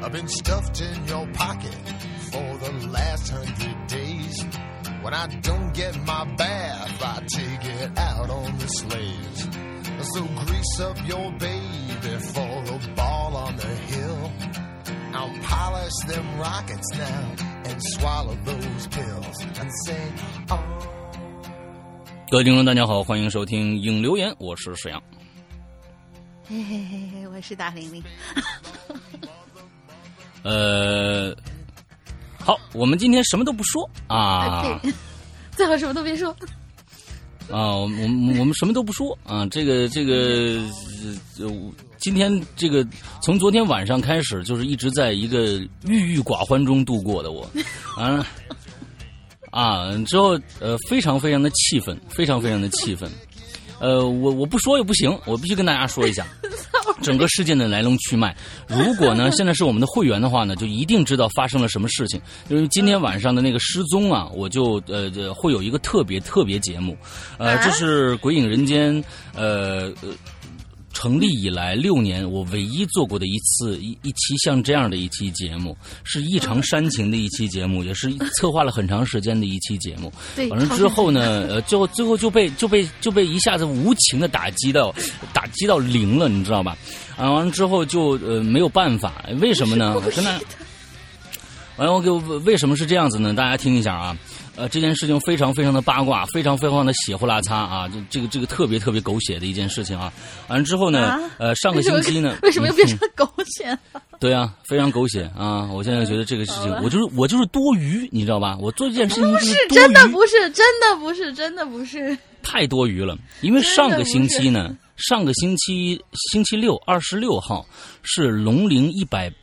I've been stuffed in your pocket for the last 100 days. When I don't get my bath, I take it out on the sleighs. So grease up your baby for the ball on the hill. I'll polish them rockets now and swallow those pills and say, oh. 各位听众大家好，欢迎收听影留言，我是沈阳。 嘿嘿嘿嘿，我是大玲玲。 好，我们今天什么都不说啊， 对，最好什么都别说啊，我们什么都不说啊，这个今天这个从昨天晚上开始，就是一直在一个郁郁寡欢中度过的我，之后非常非常的气愤，非常非常的气愤。我不说也不行，我必须跟大家说一下整个事件的来龙去脉。如果呢现在是我们的会员的话呢，就一定知道发生了什么事情。因为今天晚上的那个失踪啊，我就会有一个特别节目，这是鬼影人间成立以来6年，我唯一做过的一期像这样的一期节目，是异常煽情的一期节目，也是策划了很长时间的一期节目。 对， 反正之后呢，最后就被一下子无情的打击到零了，你知道吧？完了之后就没有办法，为什么呢？跟他，完了为什么是这样子呢？大家听一下啊。这件事情非常非常的八卦，非常非常的血呼啦擦啊！这个特别狗血的一件事情啊！完了之后呢，上个星期呢， 为什么又变成狗血了？ 对啊，非常狗血啊！我现在觉得这个事情，我就是多余，你知道吧？我做这件事情就是多余， 真的不是， 太多余了。因为上个星期星期六26号是龙龄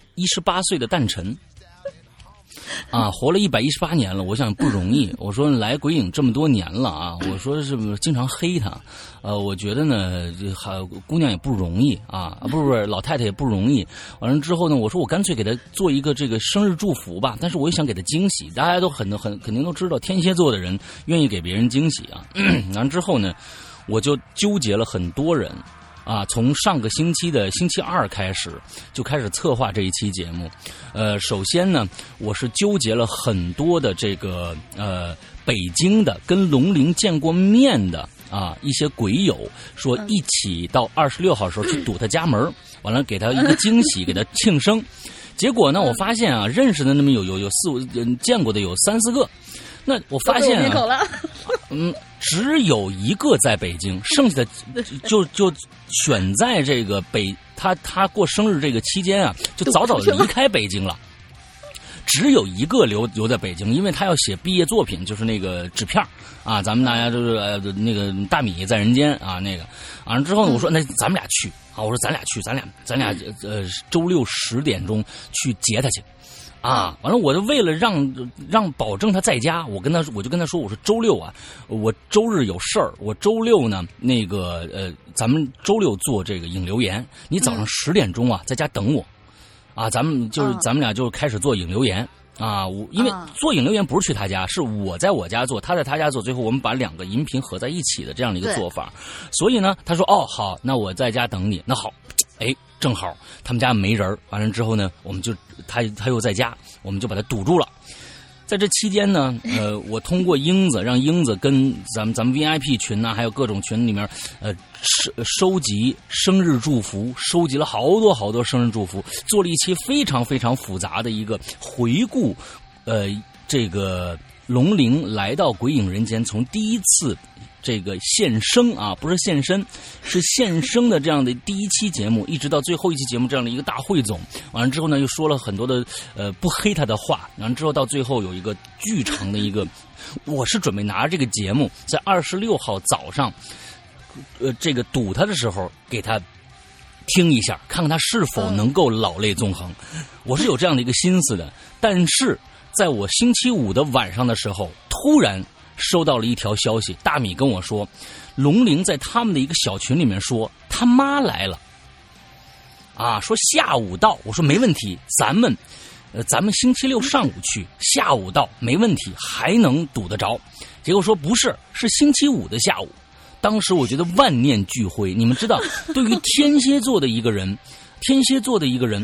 118岁的诞辰。啊，活了118年了，我想不容易。我说来鬼影这么多年了啊，我说是不是经常黑他？我觉得呢，姑娘也不容易啊，不是老太太也不容易。完了之后呢，我说我干脆给她做一个这个生日祝福吧，但是我也想给她惊喜。大家都肯定都知道，天蝎座的人愿意给别人惊喜啊。完了之后呢，我就纠结了很多人。从上个星期的星期二开始，就开始策划这一期节目。首先呢，我是纠结了很多的这个北京的跟龙龄见过面的一些鬼友，说一起到26号的时候去堵他家门，完了给他一个惊喜，给他庆生。结果呢，我发现认识的那么有4-5人，见过的有3-4个。那我发现只有一个在北京，剩下的就选在这个他过生日这个期间就早离开北京了。只有一个留在北京，因为他要写毕业作品，就是那个纸片咱们大家就是那个大米在人间那个完了之后呢，我说那咱们俩去我说咱俩周六10点钟去接他去。完了，我就为了让保证他在家，我就跟他说，我说周六我周日有事儿，我周六呢那个咱们周六做这个影留言，你早上10点钟在家等我，咱们俩就开始做影留言因为做影留言不是去他家，是我在我家做，他在他家做，最后我们把2个音频合在一起的这样的一个做法。所以呢，他说好，那我在家等你，那好。正好他们家没人，完了之后呢，我们就他又在家，我们就把他堵住了。在这期间呢，我通过英子，让英子跟咱们 VIP 群还有各种群里面，收集生日祝福，收集了好多生日祝福，做了一期非常非常复杂的一个回顾，这个龙龄来到鬼影人间，从第一次这个现生不是现身，是现生的这样的第一期节目，一直到最后一期节目这样的一个大汇总。完了之后呢，又说了很多的不黑他的话。完了之后到最后有一个巨长的一个，我是准备拿着这个节目在26号早上，这个堵他的时候给他听一下，看看他是否能够老泪纵横。我是有这样的一个心思的，但是在我星期五的晚上的时候，突然收到了一条消息，大米跟我说，龙龄在他们的一个小群里面说他妈来了，说下午到。我说没问题，咱们星期六上午去，下午到没问题，还能堵得着。结果说不是，是星期五的下午。当时我觉得万念俱灰。你们知道，对于天蝎座的一个人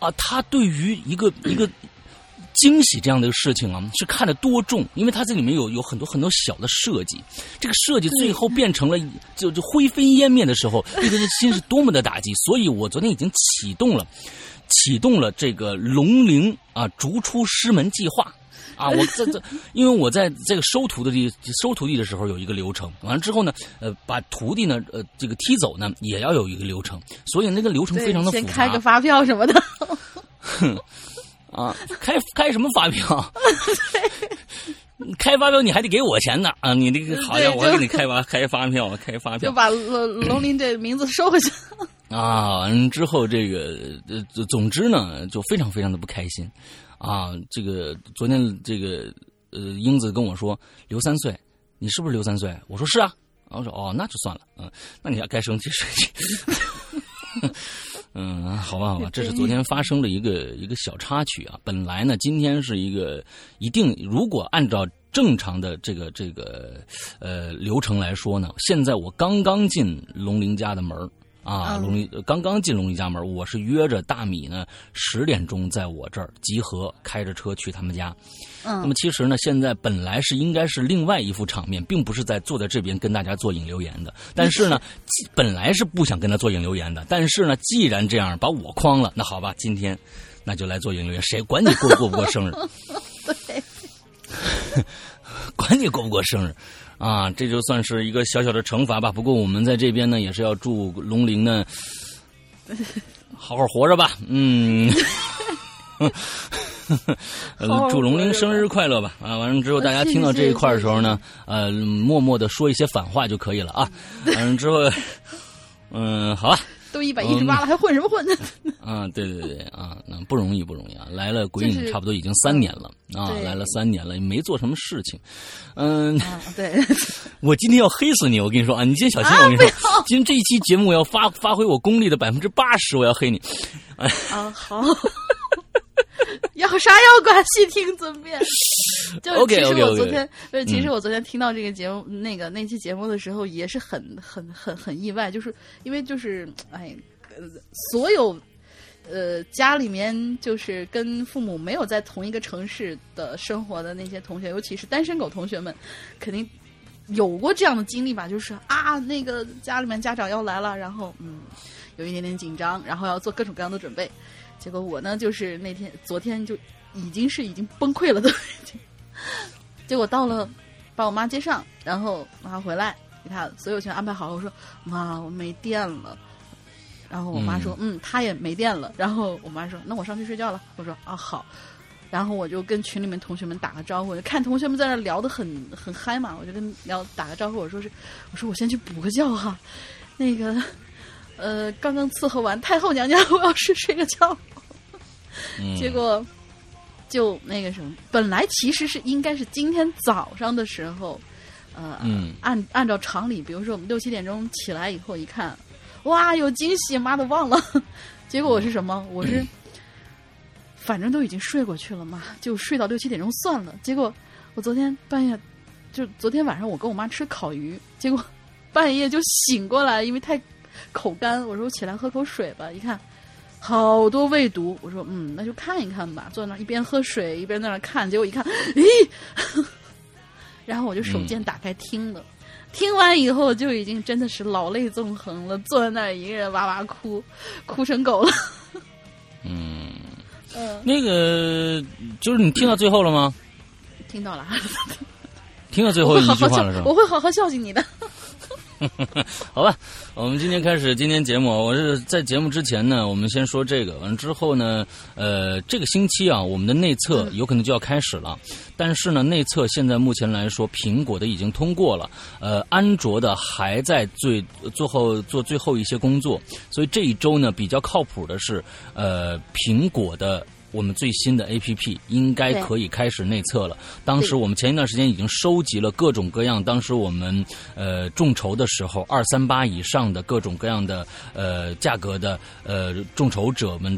啊，他对于一个惊喜这样的事情啊，是看得多重，因为它这里面有很多很多小的设计，这个设计最后变成了就灰飞烟灭的时候，对他的心是多么的打击。所以我昨天已经启动了这个龙陵啊逐出师门计划啊，因为我在这个收徒弟的时候有一个流程，完了之后呢，把徒弟呢这个踢走呢也要有一个流程，所以那个流程非常的复杂。 先开个发票什么的。 啊，开什么发票？开发票你还得给我钱呢啊！你这个好像我还给你开发票，就把龙鳞这名字收回去啊！完之后这个总之呢，就非常非常的不开心啊！这个昨天这个英子跟我说刘3岁，你是不是刘3岁？我说是啊，然后我说哦，那就算了，那你要该生气生气。好吧，这是昨天发生的一个小插曲啊。本来呢，今天是如果按照正常的这个流程来说呢，现在我刚刚进龙鳞家的门啊，刚刚进龙鳞家门，我是约着大米呢10点钟在我这儿集合，开着车去他们家。那么其实呢，现在本来应该是另外一副场面，并不是坐在这边跟大家做引流言的。但是呢，本来是不想跟他做引流言的，但是呢，既然这样把我诓了，那好吧，今天那就来做引流言，谁管你过不过生日？ 对， 管你过不过生日。啊，这就算是一个小小的惩罚吧。不过我们在这边呢，也是要祝龙鳞呢好好活着吧。祝龙鳞生日快乐吧。啊，完了之后大家听到这一块的时候呢，默默的说一些反话就可以了啊。完了之后，好吧。 都118了，还混什么混呢？ 啊，对啊，那不容易啊！来了鬼影差不多已经3年了啊，来了3年了，没做什么事情。 对， 我今天要黑死你！我跟你说啊，你今天小心！我跟你说，今天这一期节目我要发挥我功力的80%，我要黑你。 好。要杀要剐，细听尊便。就其实我昨天，其实我昨天听到这个节目，那期节目的时候，也是很意外，就是因为就是所有家里面就是跟父母没有在同一个城市的生活的那些同学，尤其是单身狗同学们，肯定有过这样的经历吧，就是那个家里面家长要来了，然后有一点点紧张，然后要做各种各样的准备。结果我呢，就是昨天就已经崩溃了都已经。结果到了，把我妈接上，然后妈回来，给她所有权安排好。我说妈，我没电了。然后我妈说她也没电了。然后我妈说那我上去睡觉了。我说好。然后我就跟群里面同学们打个招呼，看同学们在那聊得很嗨嘛，我就打个招呼，我说我先去补个觉哈。那个刚刚伺候完太后娘娘，我要睡个觉。结果就那个什么，本来其实应该是今天早上的时候，按照常理，比如说我们6、7点钟起来以后一看，哇，有惊喜，妈都忘了。结果我是什么？我是反正都已经睡过去了嘛，就睡到6、7点钟算了。结果我昨天半夜，就昨天晚上我跟我妈吃烤鱼，结果半夜就醒过来，因为太口干，我说我起来喝口水吧，一看好多未读，我说那就看一看吧，坐在那一边喝水一边在那看，结果一看，然后我就手贱打开听了，听完以后就已经真的是老泪纵横了，坐在那儿一个人哇哇哭成狗了。 那个就是你听到最后了吗？ 听到了。 听到最后一句话了是吧？ 我会好好孝敬你的。 好吧，我们今天开始今天节目。我是在节目之前呢，我们先说这个，完了之后呢，这个星期啊，我们的内测有可能就要开始了。但是呢，内测现在目前来说，苹果的已经通过了，安卓的还在做最后一些工作。所以这一周呢，比较靠谱的是，苹果的。我们最新的 APP 应该可以开始内测了。当时我们前一段时间已经收集了各种各样，当时我们众筹的时候238以上的各种各样的价格的众筹者们的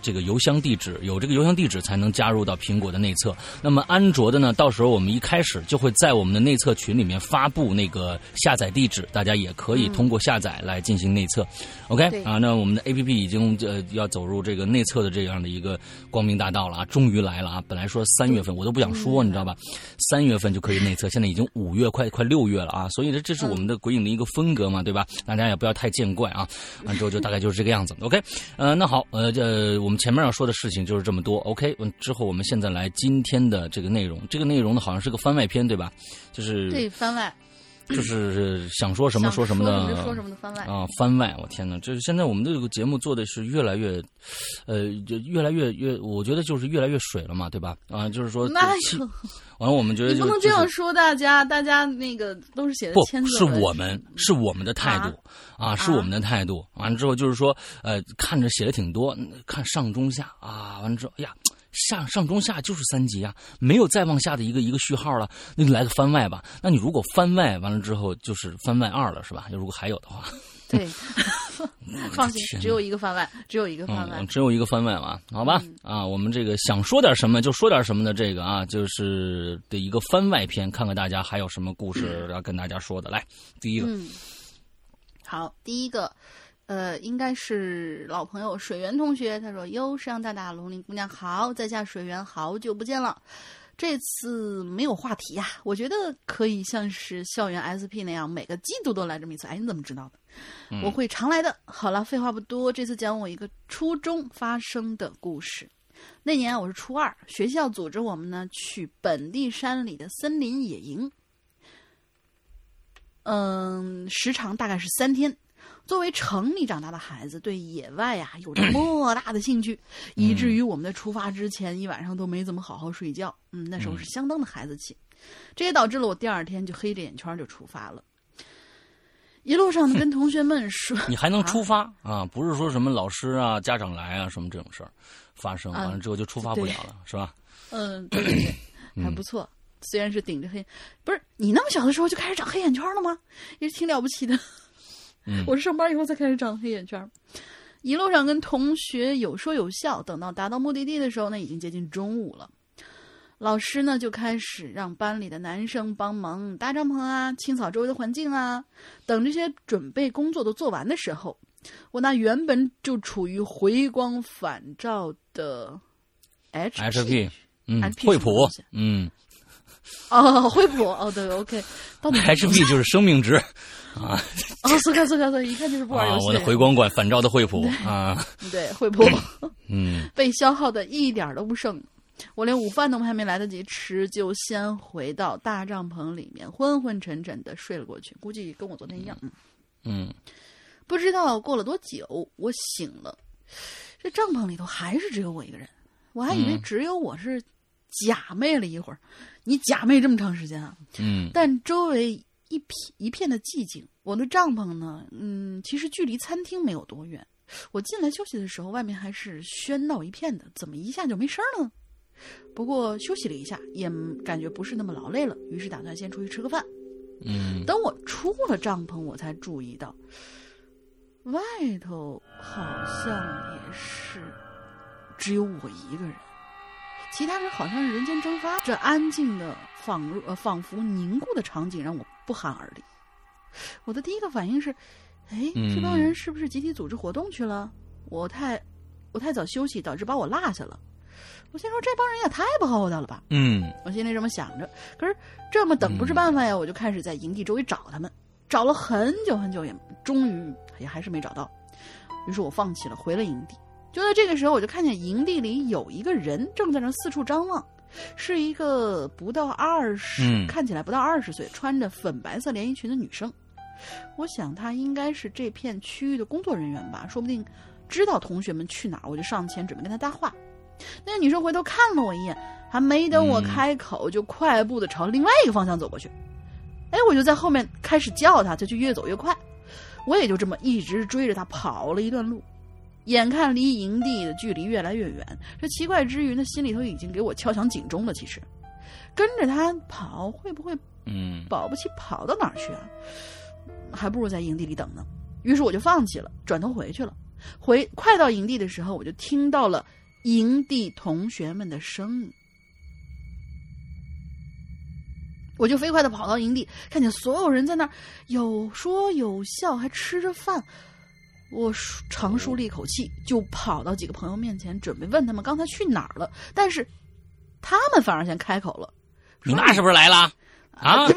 这个邮箱地址，有这个邮箱地址才能加入到苹果的内测。那么安卓的呢，到时候我们一开始就会在我们的内测群里面发布那个下载地址，大家也可以通过下载来进行内测。OK 啊，那我们的 APP 已经要走入这个内测的这样的一个光明大道了啊，终于来了啊！本来说3月份我都不想说，你知道吧？3月份就可以内测，现在已经5月快6月了啊，所以这是我们的鬼影的一个风格嘛，对吧？大家也不要太见怪啊。完之后就大概就是这个样子。OK， 那好，我们前面要说的事情就是这么多。OK， 之后我们现在来今天的这个内容，这个内容呢好像是个番外篇，对吧？就是对番外。 就是想说什么说什么的， 说什么的番外啊，番外！我天哪，这现在我们这个节目做的是越来越，越来越，我觉得就是越来越水了嘛，对吧？啊，就是说， 那完了，我们觉得你不能这样说，大家那个都是写的签字， 是我们的态度啊，是我们的态度。完了之后就是说，看着写的挺多，看上中下啊，完了之后，哎呀。上中下就是3集啊，没有再往下的一个序号了，那就来个番外吧。那你如果番外完了之后就是番外2了，是吧？如果还有的话， 对，放心，只有一个番外，只有一个番外， 只有一个番外嘛，好吧？啊，我们这个想说点什么就说点什么的这个啊，就是的一个番外篇，看看大家还有什么故事要跟大家说的。来，第一个， 好，第一个。应该是老朋友水源同学，他说：“哟，山羊大大，龙鳞姑娘好，在下水源，好久不见了。这次没有话题呀，我觉得可以像是校园 SP 那样，每个季度都来这么一次。哎，你怎么知道的？我会常来的。好了，废话不多，这次讲我一个初中发生的故事。那年我是初2，学校组织我们呢去本地山里的森林野营。时长大概是3天。”作为城里长大的孩子，对野外啊有着莫大的兴趣，以至于我们在出发之前一晚上都没怎么好好睡觉。那时候是相当的孩子气，这也导致了我第2天就黑着眼圈就出发了。一路上跟同学们说， 你还能出发啊？不是说什么老师啊、家长来啊什么这种事儿发生，完了之后就出发不了了，是吧？ 对，还不错。虽然是顶着黑，不是你那么小的时候就开始长黑眼圈了吗？也是挺了不起的。我是上班以后才开始长黑眼圈。一路上跟同学有说有笑，等到达到目的地的时候呢，已经接近中午了。老师呢就开始让班里的男生帮忙搭帐篷啊，清扫周围的环境啊。等这些准备工作都做完的时候，我那原本就处于回光返照的 HP， 惠普， 惠普，对 ，OK， 到底 HP 就是生命值。啊！ 苏卡，一看就是不玩游戏。 我的回光管反照的惠普啊， 对，惠普，被消耗的一点都不剩。我连午饭都还没来得及吃，就先回到大帐篷里面，昏昏沉沉的睡了过去。估计跟我昨天一样。不知道过了多久，我醒了，这帐篷里头还是只有我一个人。我还以为只有我是假寐了一会儿。你假寐这么长时间啊？但周围一片的寂静。我的帐篷呢，其实距离餐厅没有多远。我进来休息的时候，外面还是喧闹一片的，怎么一下就没声了呢？不过休息了一下，也感觉不是那么劳累了，于是打算先出去吃个饭。等我出了帐篷，我才注意到外头好像也是只有我一个人，其他人好像是人间蒸发。这安静的仿佛凝固的场景让我不寒而栗。我的第一个反应是，这帮人是不是集体组织活动去了？我太早休息，导致把我落下了。我心说这帮人也太不厚道了吧。我心里这么想着，可是这么等不是办法呀，我就开始在营地周围找他们，找了很久很久，也终于也还是没找到。于是我放弃了，回了营地。就在这个时候，我就看见营地里有一个人正在那四处张望，是一个看起来不到20岁，穿着粉白色连衣裙的女生。我想她应该是这片区域的工作人员吧，说不定知道同学们去哪儿，我就上前准备跟她搭话。那个女生回头看了我一眼，还没等我开口，就快步的朝另外一个方向走过去。我就在后面开始叫她，她就越走越快。我也就这么一直追着她跑了一段路，眼看离营地的距离越来越远，这奇怪之余呢，心里头已经给我敲响警钟了。其实跟着她跑会不会保不齐跑到哪儿去啊？还不如在营地里等呢。于是我就放弃了，转头回去了。 快到营地的时候，我就听到了营地同学们的声音。我就飞快地跑到营地，看见所有人在那儿有说有笑，还吃着饭。我长舒了一口气，就跑到几个朋友面前，准备问他们刚才去哪儿了。但是他们反而先开口了：“ 你妈是不是来了？啊？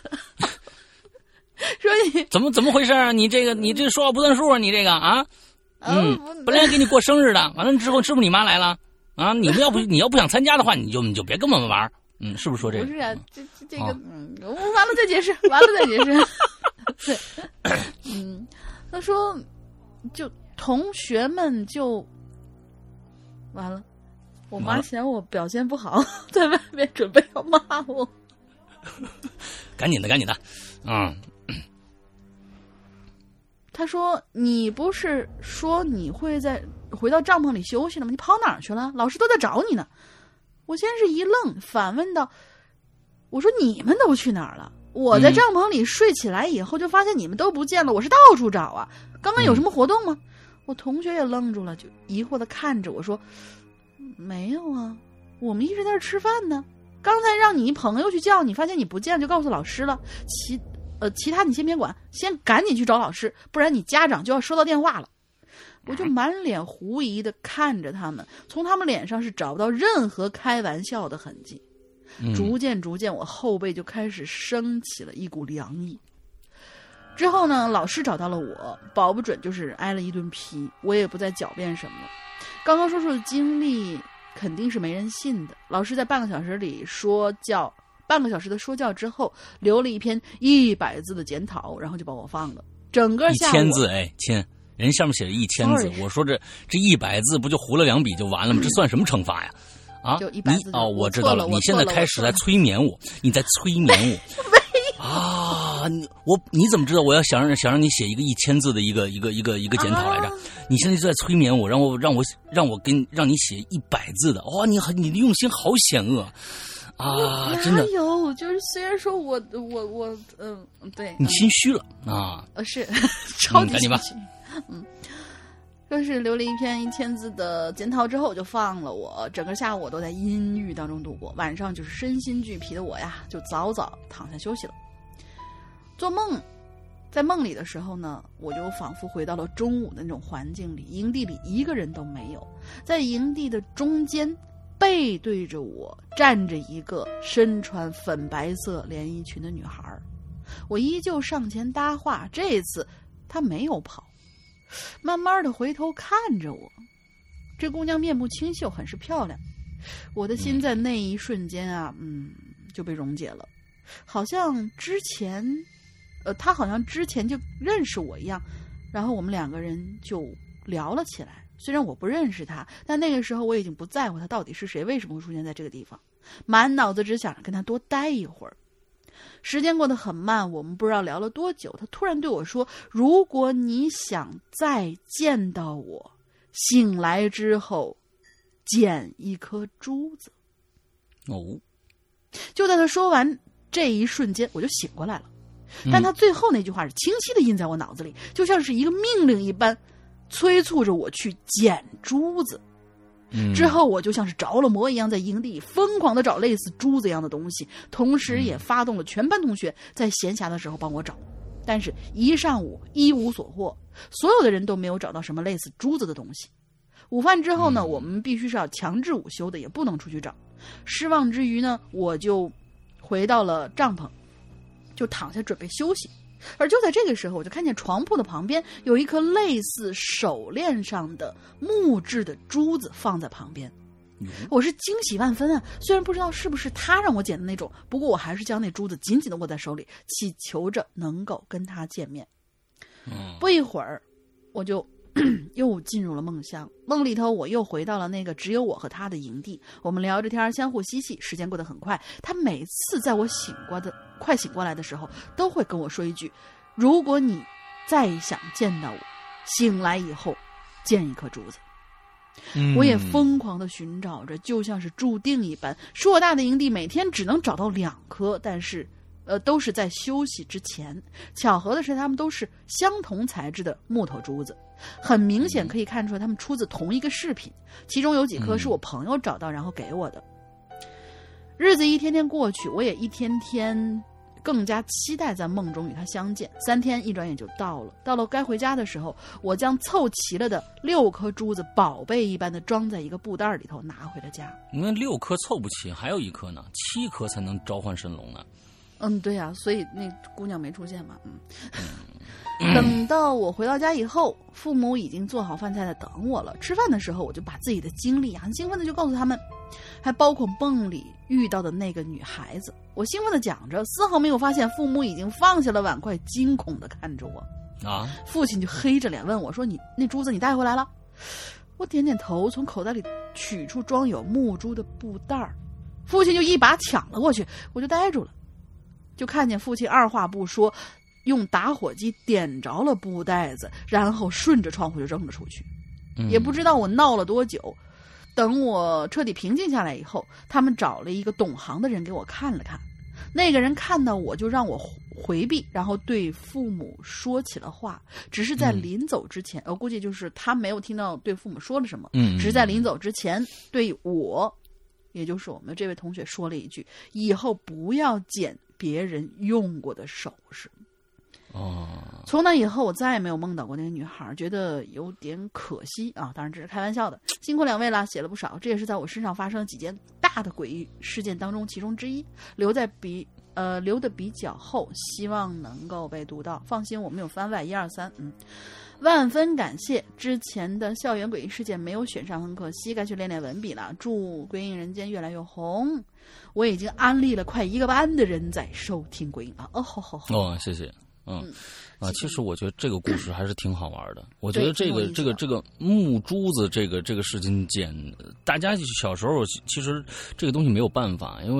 说你怎么回事啊？你这说话不算数啊！你这个啊，本来给你过生日的，完了之后是不是你妈来了啊？你要不想参加的话，你就别跟我们玩。是不是说这个？ 不是啊，这个我完了再解释，完了再解释。对，他说，就同学们就完了。我妈嫌我表现不好，在外面准备要骂我。 赶紧的， 他说：“你不是说你会回到帐篷里休息了吗？你跑哪儿去了？老师都在找你呢。”我先是一愣，反问道：“我说你们都去哪儿了？我在帐篷里睡起来以后，就发现你们都不见了。我是到处找啊，刚刚有什么活动吗？”我同学也愣住了，就疑惑地看着我说：“没有啊，我们一直在这吃饭呢。刚才让你朋友去叫你，发现你不见，就告诉老师了。其他你先别管，先赶紧去找老师，不然你家长就要收到电话了。”我就满脸狐疑地看着他们，从他们脸上是找不到任何开玩笑的痕迹。逐渐，我后背就开始升起了一股凉意。之后呢，老师找到了我，保不准就是挨了一顿批，我也不再狡辩什么了。刚刚说出的经历肯定是没人信的。老师在半个小时的说教之后，留了一篇100字的检讨，然后就把我放了。整个下午 1000字，亲，人上面写了1000字，我说这100字不就糊了2笔就完了吗？这算什么惩罚呀？啊， 就100字我知道了，你现在开始在催眠我，你在催眠我啊！你怎么知道我要想让你写一个1000字的一个检讨来着？你现在就在催眠我，让你写100字的。哇，你的用心好险恶啊！真的。 有，就是虽然说我对， 你心虚了啊？ 是超级心虚。 就是留了一篇1000字的检讨之后就放了我，整个下午我都在阴郁当中度过。晚上就是身心俱疲的我呀，就早早躺下休息了。做梦，在梦里的时候呢，我就仿佛回到了中午的那种环境里，营地里一个人都没有。在营地的中间，背对着我站着一个身穿粉白色连衣裙的女孩。我依旧上前搭话，这次她没有跑，慢慢的回头看着我。这姑娘面目清秀，很是漂亮。我的心在那一瞬间啊，就被溶解了。好像之前她好像之前就认识我一样，然后我们2个人就聊了起来。虽然我不认识她，但那个时候我已经不在乎她到底是谁，为什么会出现在这个地方，满脑子只想着跟她多待一会儿。时间过得很慢，我们不知道聊了多久，她突然对我说：“如果你想再见到我，醒来之后捡一颗珠子。”就在她说完这一瞬间，我就醒过来了。但她最后那句话是清晰的印在我脑子里，就像是一个命令一般，催促着我去捡珠子。之后我就像是着了魔一样，在营地疯狂的找类似珠子一样的东西，同时也发动了全班同学在闲暇的时候帮我找。但是一上午一无所获，所有的人都没有找到什么类似珠子的东西。午饭之后呢，我们必须是要强制午休的，也不能出去找。失望之余呢，我就回到了帐篷，就躺下准备休息。而就在这个时候，我就看见床铺的旁边有一颗类似手链上的木质的珠子放在旁边。我是惊喜万分啊！虽然不知道是不是他让我捡的那种，不过我还是将那珠子紧紧地握在手里，祈求着能够跟他见面。不一会儿，我就又进入了梦乡。梦里头，我又回到了那个只有我和他的营地。我们聊着天，相互嬉戏，时间过得很快。他每次在我快醒过来的时候，都会跟我说一句：“如果你再想见到我，醒来以后见一颗珠子。”我也疯狂地寻找着，就像是注定一般。硕大的营地每天只能找到2颗，但是都是在休息之前。巧合的是，它们都是相同材质的木头珠子。 很明显可以看出来他们出自同一个饰品，其中有几颗是我朋友找到然后给我的。日子一天天过去，我也一天天更加期待在梦中与他相见。3天一转眼就到了，到了该回家的时候，我将凑齐了的6颗珠子宝贝一般的装在一个布袋里头拿回了家。 那6颗凑不齐，还有1颗呢，7颗才能召唤神龙呢。 对呀，所以那姑娘没出现嘛。等到我回到家以后，父母已经做好饭菜在等我了。吃饭的时候，我就把自己的经历很兴奋的就告诉他们，还包括梦里遇到的那个女孩子。我兴奋的讲着，丝毫没有发现父母已经放下了碗筷，惊恐的看着我。 啊！ 父亲就黑着脸问我说：“你那珠子你带回来了？”我点点头，从口袋里取出装有木珠的布袋，父亲就一把抢了过去，我就呆住了。就看见父亲二话不说，用打火机点着了布袋子，然后顺着窗户就扔了出去。也不知道我闹了多久，等我彻底平静下来以后，他们找了一个懂行的人给我看了看。那个人看到我就让我回避，然后对父母说起了话，只是在临走之前，我估计就是他没有听到对父母说了什么，只是在临走之前对我，也就是我们这位同学说了一句：以后不要捡别人用过的首饰。从那以后我再也没有梦到过那个女孩，觉得有点可惜啊，当然这是开玩笑的。辛苦2位了，写了不少，这也是在我身上发生了几件大的诡异事件当中其中之一，留得比较厚，希望能够被读到。放心，我们有番外1、2、3。万分感谢，之前的校园诡异事件没有选上，很可惜，该去练练文笔了。祝鬼影人间越来越红，我已经安利了快1个班的人在收听鬼影了。 谢谢。其实我觉得这个故事还是挺好玩的。我觉得这个木珠子这个事情捡，大家小时候其实这个东西没有办法，因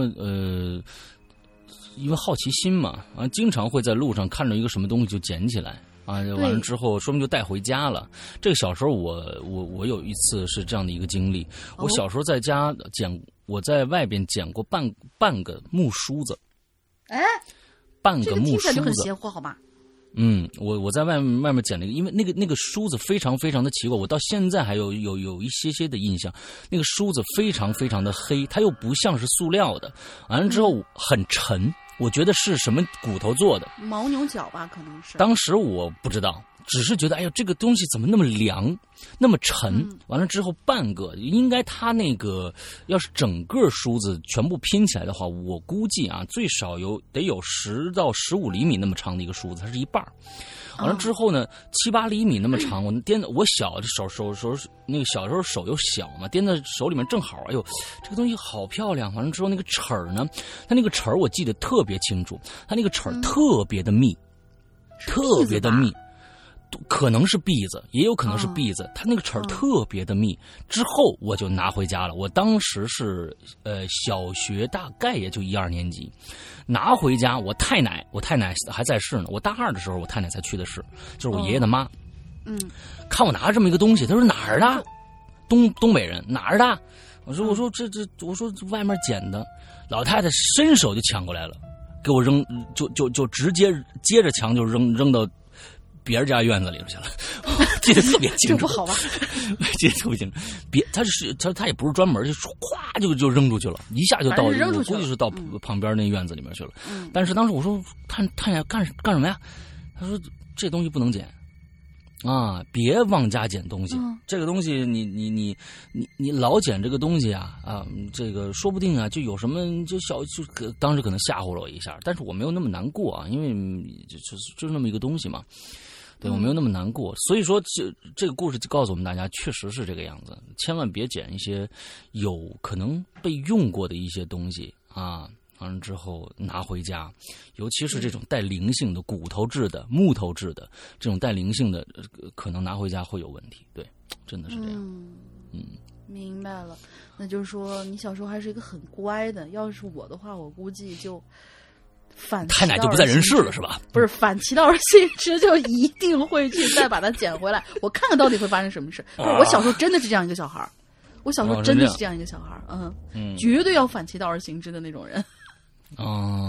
为好奇心嘛，经常会在路上看着一个什么东西就捡起来。完了之后说明就带回家了。这个小时候我有一次是这样的一个经历。我小时候在家我在外边捡过半个木梳子。半个木梳子，这个听起来就很邪乎，好吗？我在外面捡了一个，因为那个梳子非常非常的奇怪，我到现在还有一些的印象。那个梳子非常非常的黑，它又不像是塑料的，完了之后很沉，我觉得是什么骨头做的， 牦牛角吧，可能是。 当时我不知道，只是觉得哎呀，这个东西怎么那么凉，那么沉。完了之后半个，应该它那个要是整个梳子全部拼起来的话，我估计啊，最少得有10到15厘米那么长的一个梳子，它是一半。完了之后呢，7、8厘米那么长，我小的手那个小时候手又小嘛，掂在手里面正好，哎呦，这个东西好漂亮。完了之后那个齿儿呢，它那个齿儿我记得特别清楚，它那个齿儿特别的密，特别的密。可能是篦子，也有可能是篦子，它那个齿儿特别的密。之后我就拿回家了，我当时是小学，大概也就1、2年级，拿回家。我太奶还在世呢，我大2的时候我太奶才去的世，就是我爷爷的妈。看我拿这么一个东西，他说哪儿的？东北人哪儿的？我说我说外面捡的。老太太伸手就抢过来了，给我扔，就直接接着墙就扔到别人家院子里去了。记得特别清楚。这不好吧？记得特别清楚。他也不是专门，就咵就扔出去了，一下就到，我估计是到旁边那院子里面去了。但是当时我说探下干什么呀？他说这东西不能捡啊，别往家捡东西。这个东西你老捡这个东西啊，这个说不定啊就有什么当时可能吓唬了我一下，但是我没有那么难过啊，因为就是那么一个东西嘛。对，我没有那么难过，所以说这个故事就告诉我们大家，确实是这个样子，千万别捡一些有可能被用过的一些东西啊，完了之后拿回家，尤其是这种带灵性的骨头制的、木头制的这种带灵性的，可能拿回家会有问题。对，真的是这样。 明白了，那就是说你小时候还是一个很乖的，要是我的话，我估计就。 太奶就不在人世了是吧？ 不是，反其道而行之，就一定会去再把它捡回来，我看看到底会发生什么事。我小时候真的是这样一个小孩，我小时候真的是这样一个小孩，绝对要反其道而行之的那种人。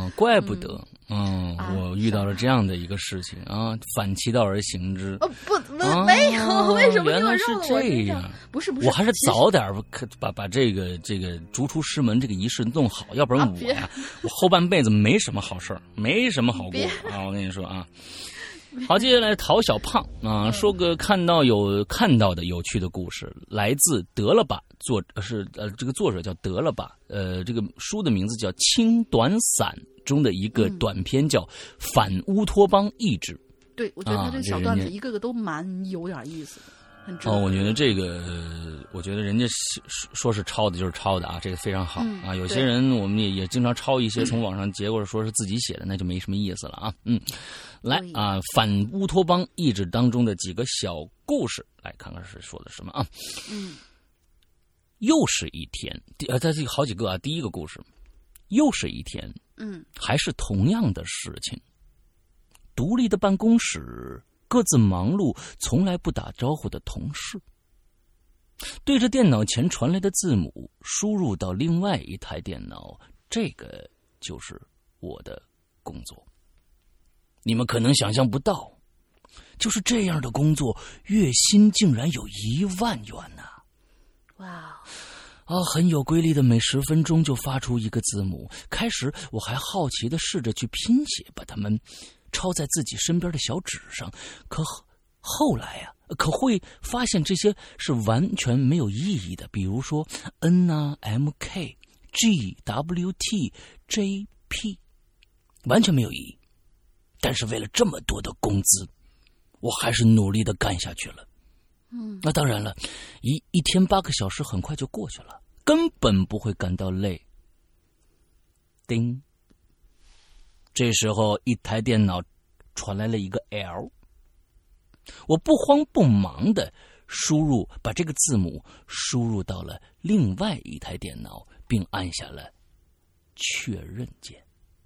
怪不得。我遇到了这样的一个事情啊，反其道而行之。 没有，为什么原来是这样？ 不是， 我还是早点把这个逐出师门这个仪式弄好，要不然我后半辈子没什么好事儿，没什么好过啊！我跟你说啊。好，接下来陶小胖啊，说个看到的有趣的故事，来自得了吧，这个作者叫得了吧，这个书的名字叫《轻短散》中的一个短篇，叫《反乌托邦意志》。 对，我觉得他这个小段子一个个都蛮有点意思的。 我觉得这个，我觉得人家说是抄的，就是抄的啊，这个非常好啊。有些人我们也经常抄一些从网上截或者说是自己写的，那就没什么意思了啊。来啊，反乌托邦意志当中的几个小故事，来看看是说的什么啊。又是一天，它这好几个啊。第一个故事，又是一天，还是同样的事情，独立的办公室。各自忙碌，从来不打招呼的同事，对着电脑前传来的字母输入到另外一台电脑，这个就是我的工作。你们可能想象不到，就是这样的工作，月薪竟然有1万元呢！ 哇！ 很有规律的，每10分钟就发出一个字母。开始我还好奇的试着去拼写，把它们抄在自己身边的小纸上，可后来啊，可会发现这些是完全没有意义的。比如说 N 啊、MK、GWT、JP， 完全没有意义。但是为了这么多的工资，我还是努力的干下去了。那当然了，一天8个小时很快就过去了，根本不会感到累。叮。这时候一台电脑传来了一个 L， 我不慌不忙的把这个字母输入到了另外一台电脑，并按下了确认键。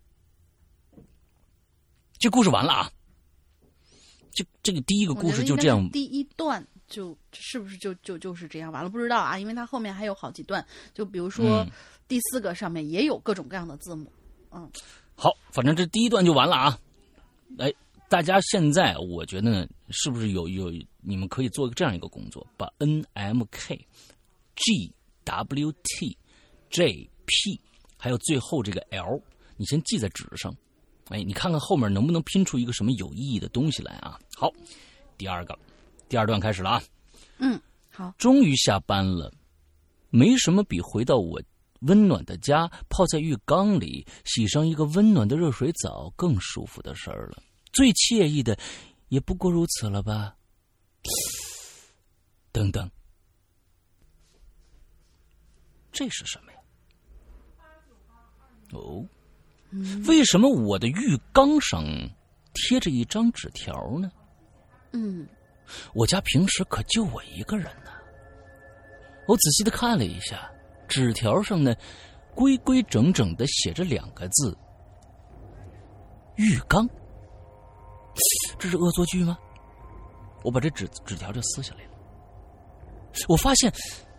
这故事完了啊！这个第一个故事就这样， 第一段就是不是就是这样完了？不知道啊，因为它后面还有好几段，就比如说第4个上面也有各种各样的字母。 好，反正这第一段就完了啊！哎，大家现在我觉得呢，是不是有你们可以做这样一个工作，把 NMK、GWT、JP 还有最后这个 L， 你先记在纸上。哎，你看看后面能不能拼出一个什么有意义的东西来啊？好，第二段开始了啊。 好， 终于下班了，没什么比回到我温暖的家，泡在浴缸里，洗上一个温暖的热水澡更舒服的事儿了。最惬意的也不过如此了吧。等等，这是什么呀？为什么我的浴缸上贴着一张纸条呢？我家平时可就我一个人呢。我仔细的看了一下，纸条上呢，规规整整的写着2个字：浴缸。这是恶作剧吗？我把这纸条就撕下来了，我发现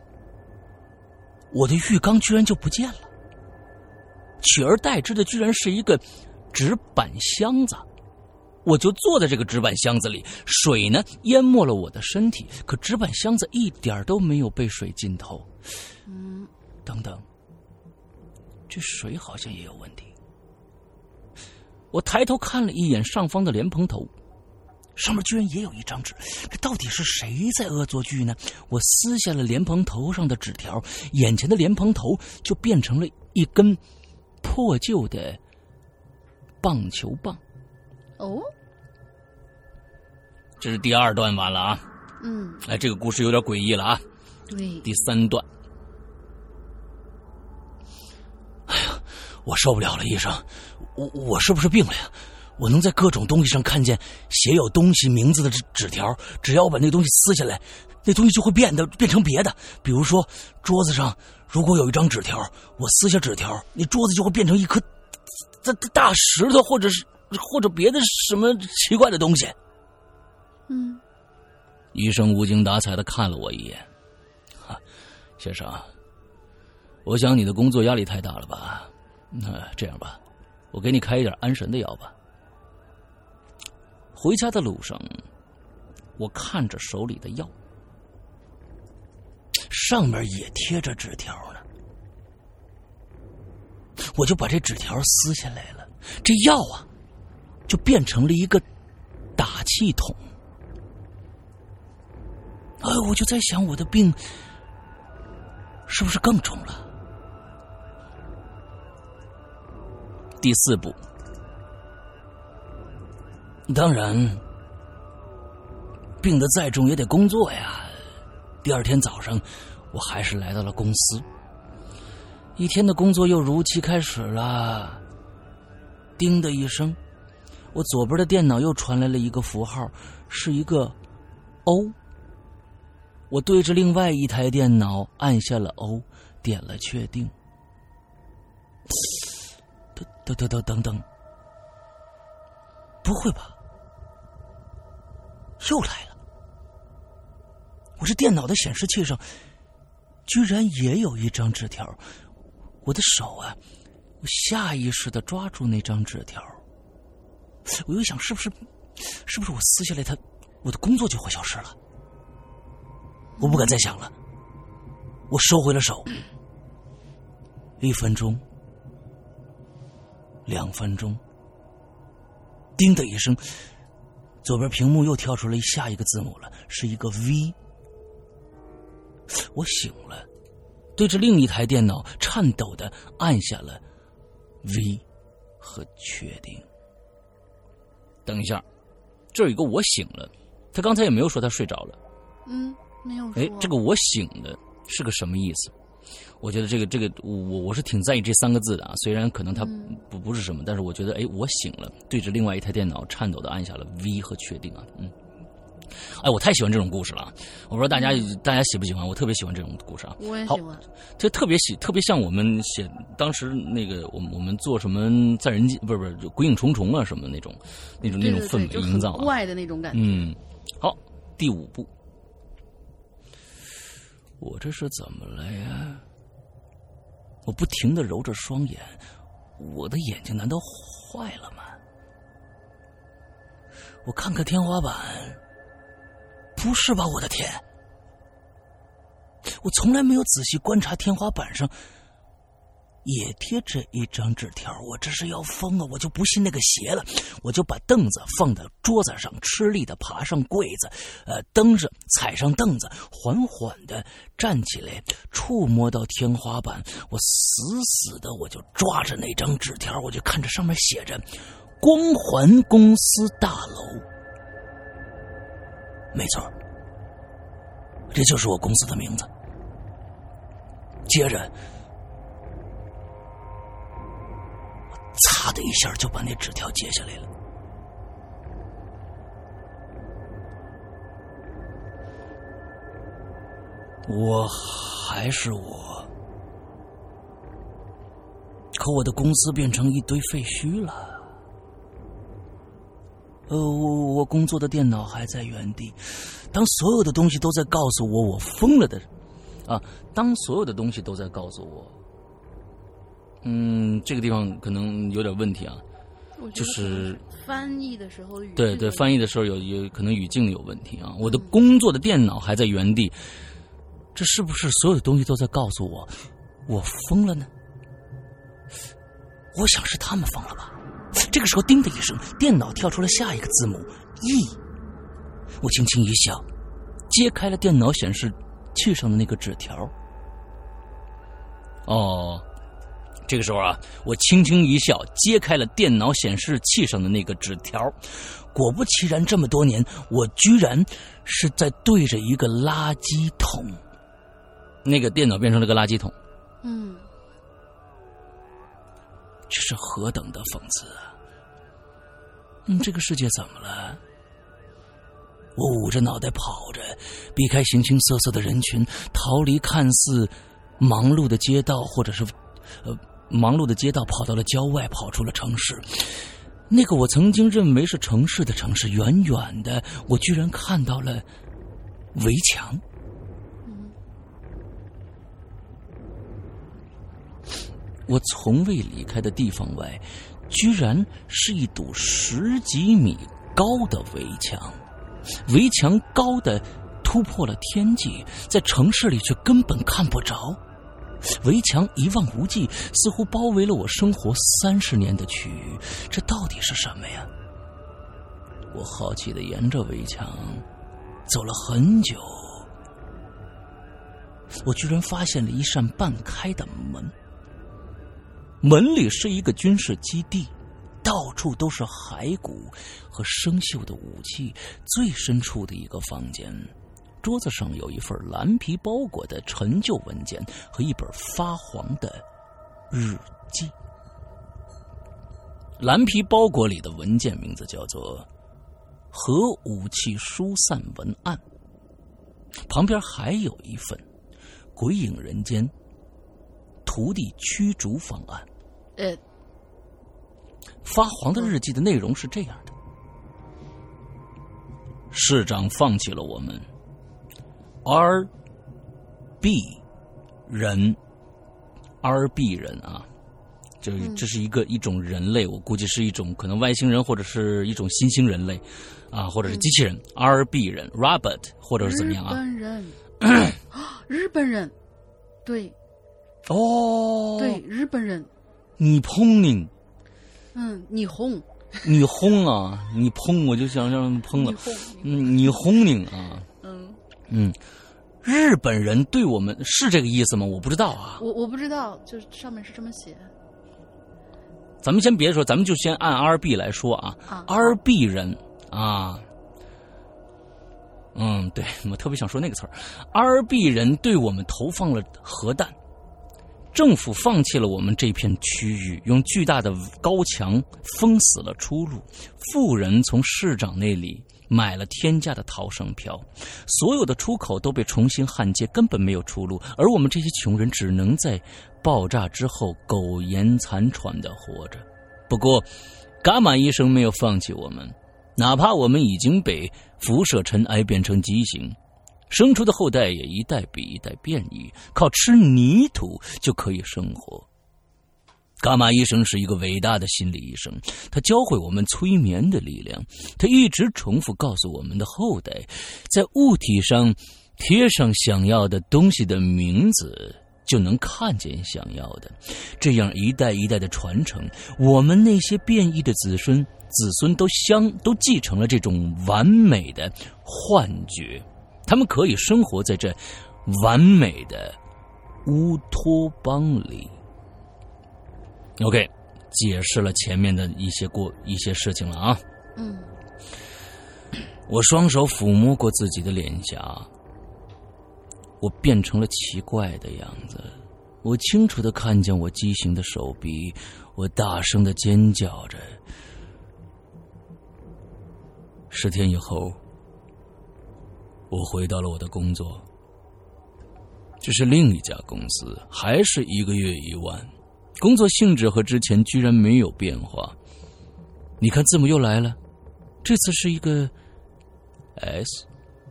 我的浴缸居然就不见了，取而代之的居然是一个纸板箱子。我就坐在这个纸板箱子里，水呢淹没了我的身体，可纸板箱子一点都没有被水浸透。等等，这水好像也有问题。我抬头看了一眼上方的莲蓬头，上面居然也有一张纸，这到底是谁在恶作剧呢？我撕下了莲蓬头上的纸条，眼前的莲蓬头就变成了一根破旧的棒球棒。这是第2段完了啊。哎，这个故事有点诡异了啊。 对， 第3段。哎呀，我受不了了，医生，我是不是病了呀？我能在各种东西上看见写有东西名字的纸条，只要我把那个东西撕下来，那东西就会变成别的。比如说桌子上如果有一张纸条，我撕下纸条，那桌子就会变成一颗大石头，或者别的什么奇怪的东西。医生无精打采地看了我一眼。先生，我想你的工作压力太大了吧？这样吧， 我给你开一点安神的药吧。回家的路上，我看着手里的药，上面也贴着纸条呢。我就把这纸条撕下来了，这药啊，就变成了一个打气筒。我就在想，我的病是不是更重了？第4步，当然，病得再重也得工作呀。第2天早上，我还是来到了公司。一天的工作又如期开始了。叮的一声，我左边的电脑又传来了一个符号，是一个 O。我对着另外一台电脑按下了 O， 点了确定。等，不会吧？又来了！我这电脑的显示器上居然也有一张纸条。我的手啊，我下意识地抓住那张纸条。我又想，是不是我撕下来它，我的工作就会消失了？我不敢再想了，我收回了手。1分钟，2分钟，叮的一声，左边屏幕又跳出了下一个字母了，是一个 V。我醒了，对着另一台电脑颤抖地按下了 V 和确定。等一下，这有一个我醒了，他刚才也没有说他睡着了。 没有说。 这个我醒了是个什么意思？我觉得这个我是挺在意这3个字的啊，虽然可能它不是什么，但是我觉得我醒了，对着另外一台电脑颤抖地按下了 V 和确定啊。我太喜欢这种故事了，我不知道大家喜不喜欢，我特别喜欢这种故事啊。 我也喜欢。 这特别像我们写当时那个我们做什么在人间不是鬼影重重啊什么那种氛围营造啊， 怪的那种感觉。 好，第5步。我这是怎么了呀？我不停地揉着双眼，我的眼睛难道坏了吗？我看看天花板，不是吧，我的天！我从来没有仔细观察天花板上也贴着一张纸条，我这是要疯啊！我就不信那个邪了，我就把凳子放在桌子上，吃力的爬上柜子，蹬着踩上凳子，缓缓的站起来，触摸到天花板，我死的我就抓着那张纸条，我就看着上面写着光环公司大楼。没错，这就是我公司的名字。接着擦的一下就把那纸条揭下来了。我还是我，可我的公司变成一堆废墟了。我工作的电脑还在原地。当所有的东西都在告诉我疯了的当所有的东西都在告诉我这个地方可能有点问题啊，就是翻译的时候对翻译的时候有可能语境有问题啊。我的工作的电脑还在原地，这是不是所有的东西都在告诉我疯了呢？我想是他们疯了吧。这个时候叮的一声，电脑跳出了下一个字母 E。 我轻轻一笑，揭开了电脑显示器上的那个纸条。这个时候啊，我轻轻一笑，揭开了电脑显示器上的那个纸条。果不其然，这么多年，我居然是在对着一个垃圾桶。那个电脑变成了个垃圾桶。这是何等的讽刺啊！这个世界怎么了？我捂着脑袋跑着，避开形形色色的人群，逃离看似忙碌的街道，或者是忙碌的街道，跑到了郊外，跑出了城市。那个我曾经认为是城市的城市，远远的，我居然看到了围墙。我从未离开的地方外， 居然是一堵10几米高的围墙，围墙高的突破了天际，在城市里却根本看不着。围墙一望无际，似乎包围了我生活30年的区域，这到底是什么呀？我好奇地沿着围墙走了很久，我居然发现了一扇半开的门，门里是一个军事基地，到处都是骸骨和生锈的武器。最深处的一个房间，桌子上有一份蓝皮包裹的陈旧文件和一本发黄的日记。蓝皮包裹里的文件名字叫做《核武器疏散文案》，旁边还有一份《鬼影人间徒弟驱逐方案》。发黄的日记的内容是这样的：市长放弃了我们RB 人啊，这是一种人类，我估计是一种可能外星人或者是一种新兴人类啊，或者是机器人。RB 人 Robert 或者是怎么样啊？ 日本人，对，对，日本人。 你碰你， 你轰啊，你碰我就想让碰了，你轰你啊，日本人对我们是这个意思吗？我不知道啊， 我不知道，就是上面是这么写。 咱们先别说，咱们就先按 RB 来说啊，RB 人啊，对，我特别想说那个词儿 ，RB 人对我们投放了核弹。政府放弃了我们这片区域，用巨大的高墙封死了出路。富人从市长那里买了天价的逃生票，所有的出口都被重新焊接，根本没有出路。而我们这些穷人只能在爆炸之后苟延残喘地活着。不过，伽马医生没有放弃我们，哪怕我们已经被辐射尘埃变成畸形。生出的后代也一代比一代变异，靠吃泥土就可以生活。伽马医生是一个伟大的心理医生，他教会我们催眠的力量。他一直重复告诉我们的后代，在物体上贴上想要的东西的名字，就能看见想要的。这样一代一代的传承，我们那些变异的子孙都继承了这种完美的幻觉。他们可以生活在这完美的乌托邦里。OK， 解释了前面的一些事情了啊。我双手抚摸过自己的脸颊，我变成了奇怪的样子。我清楚地看见我畸形的手臂，我大声地尖叫着。10天以后，我回到了我的工作，这是另一家公司，还是1个月1万，工作性质和之前居然没有变化。你看字母又来了，这次是一个 S。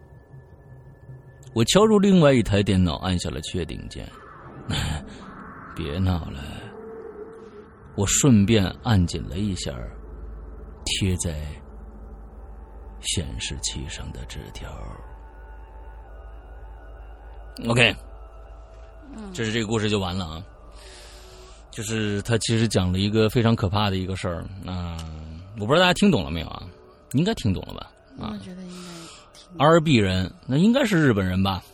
我敲入另外一台电脑，按下了确定键。别闹了，我顺便按紧了一下贴在显示器上的纸条。OK， 这是这个故事就完了啊。就是他其实讲了一个非常可怕的一个事儿我不知道大家听懂了没有啊？应该听懂了吧？ 我觉得应该听懂。 RB 人，那应该是日本人吧？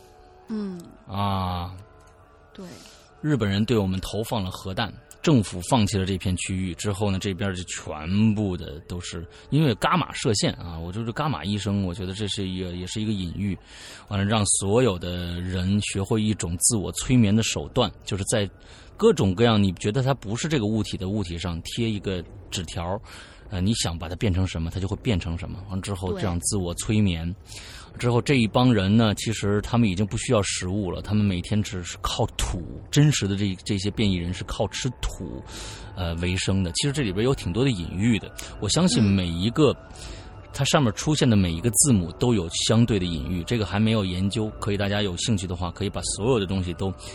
对， 日本人对我们投放了核弹，政府放弃了这片区域之后呢，这边就全部的都是因为伽马射线啊。我就是伽马医生，我觉得这是也是一个隐喻，完了让所有的人学会一种自我催眠的手段，就是在各种各样你觉得它不是这个物体的物体上贴一个纸条，你想把它变成什么，它就会变成什么。完之后这样自我催眠。之后这一帮人呢，其实他们已经不需要食物了，他们每天只是靠土，真实的这些变异人是靠吃土为生的。其实这里边有挺多的隐喻的，我相信每一个它上面出现的每一个字母都有相对的隐喻，这个还没有研究，可以大家有兴趣的话可以把所有的东西都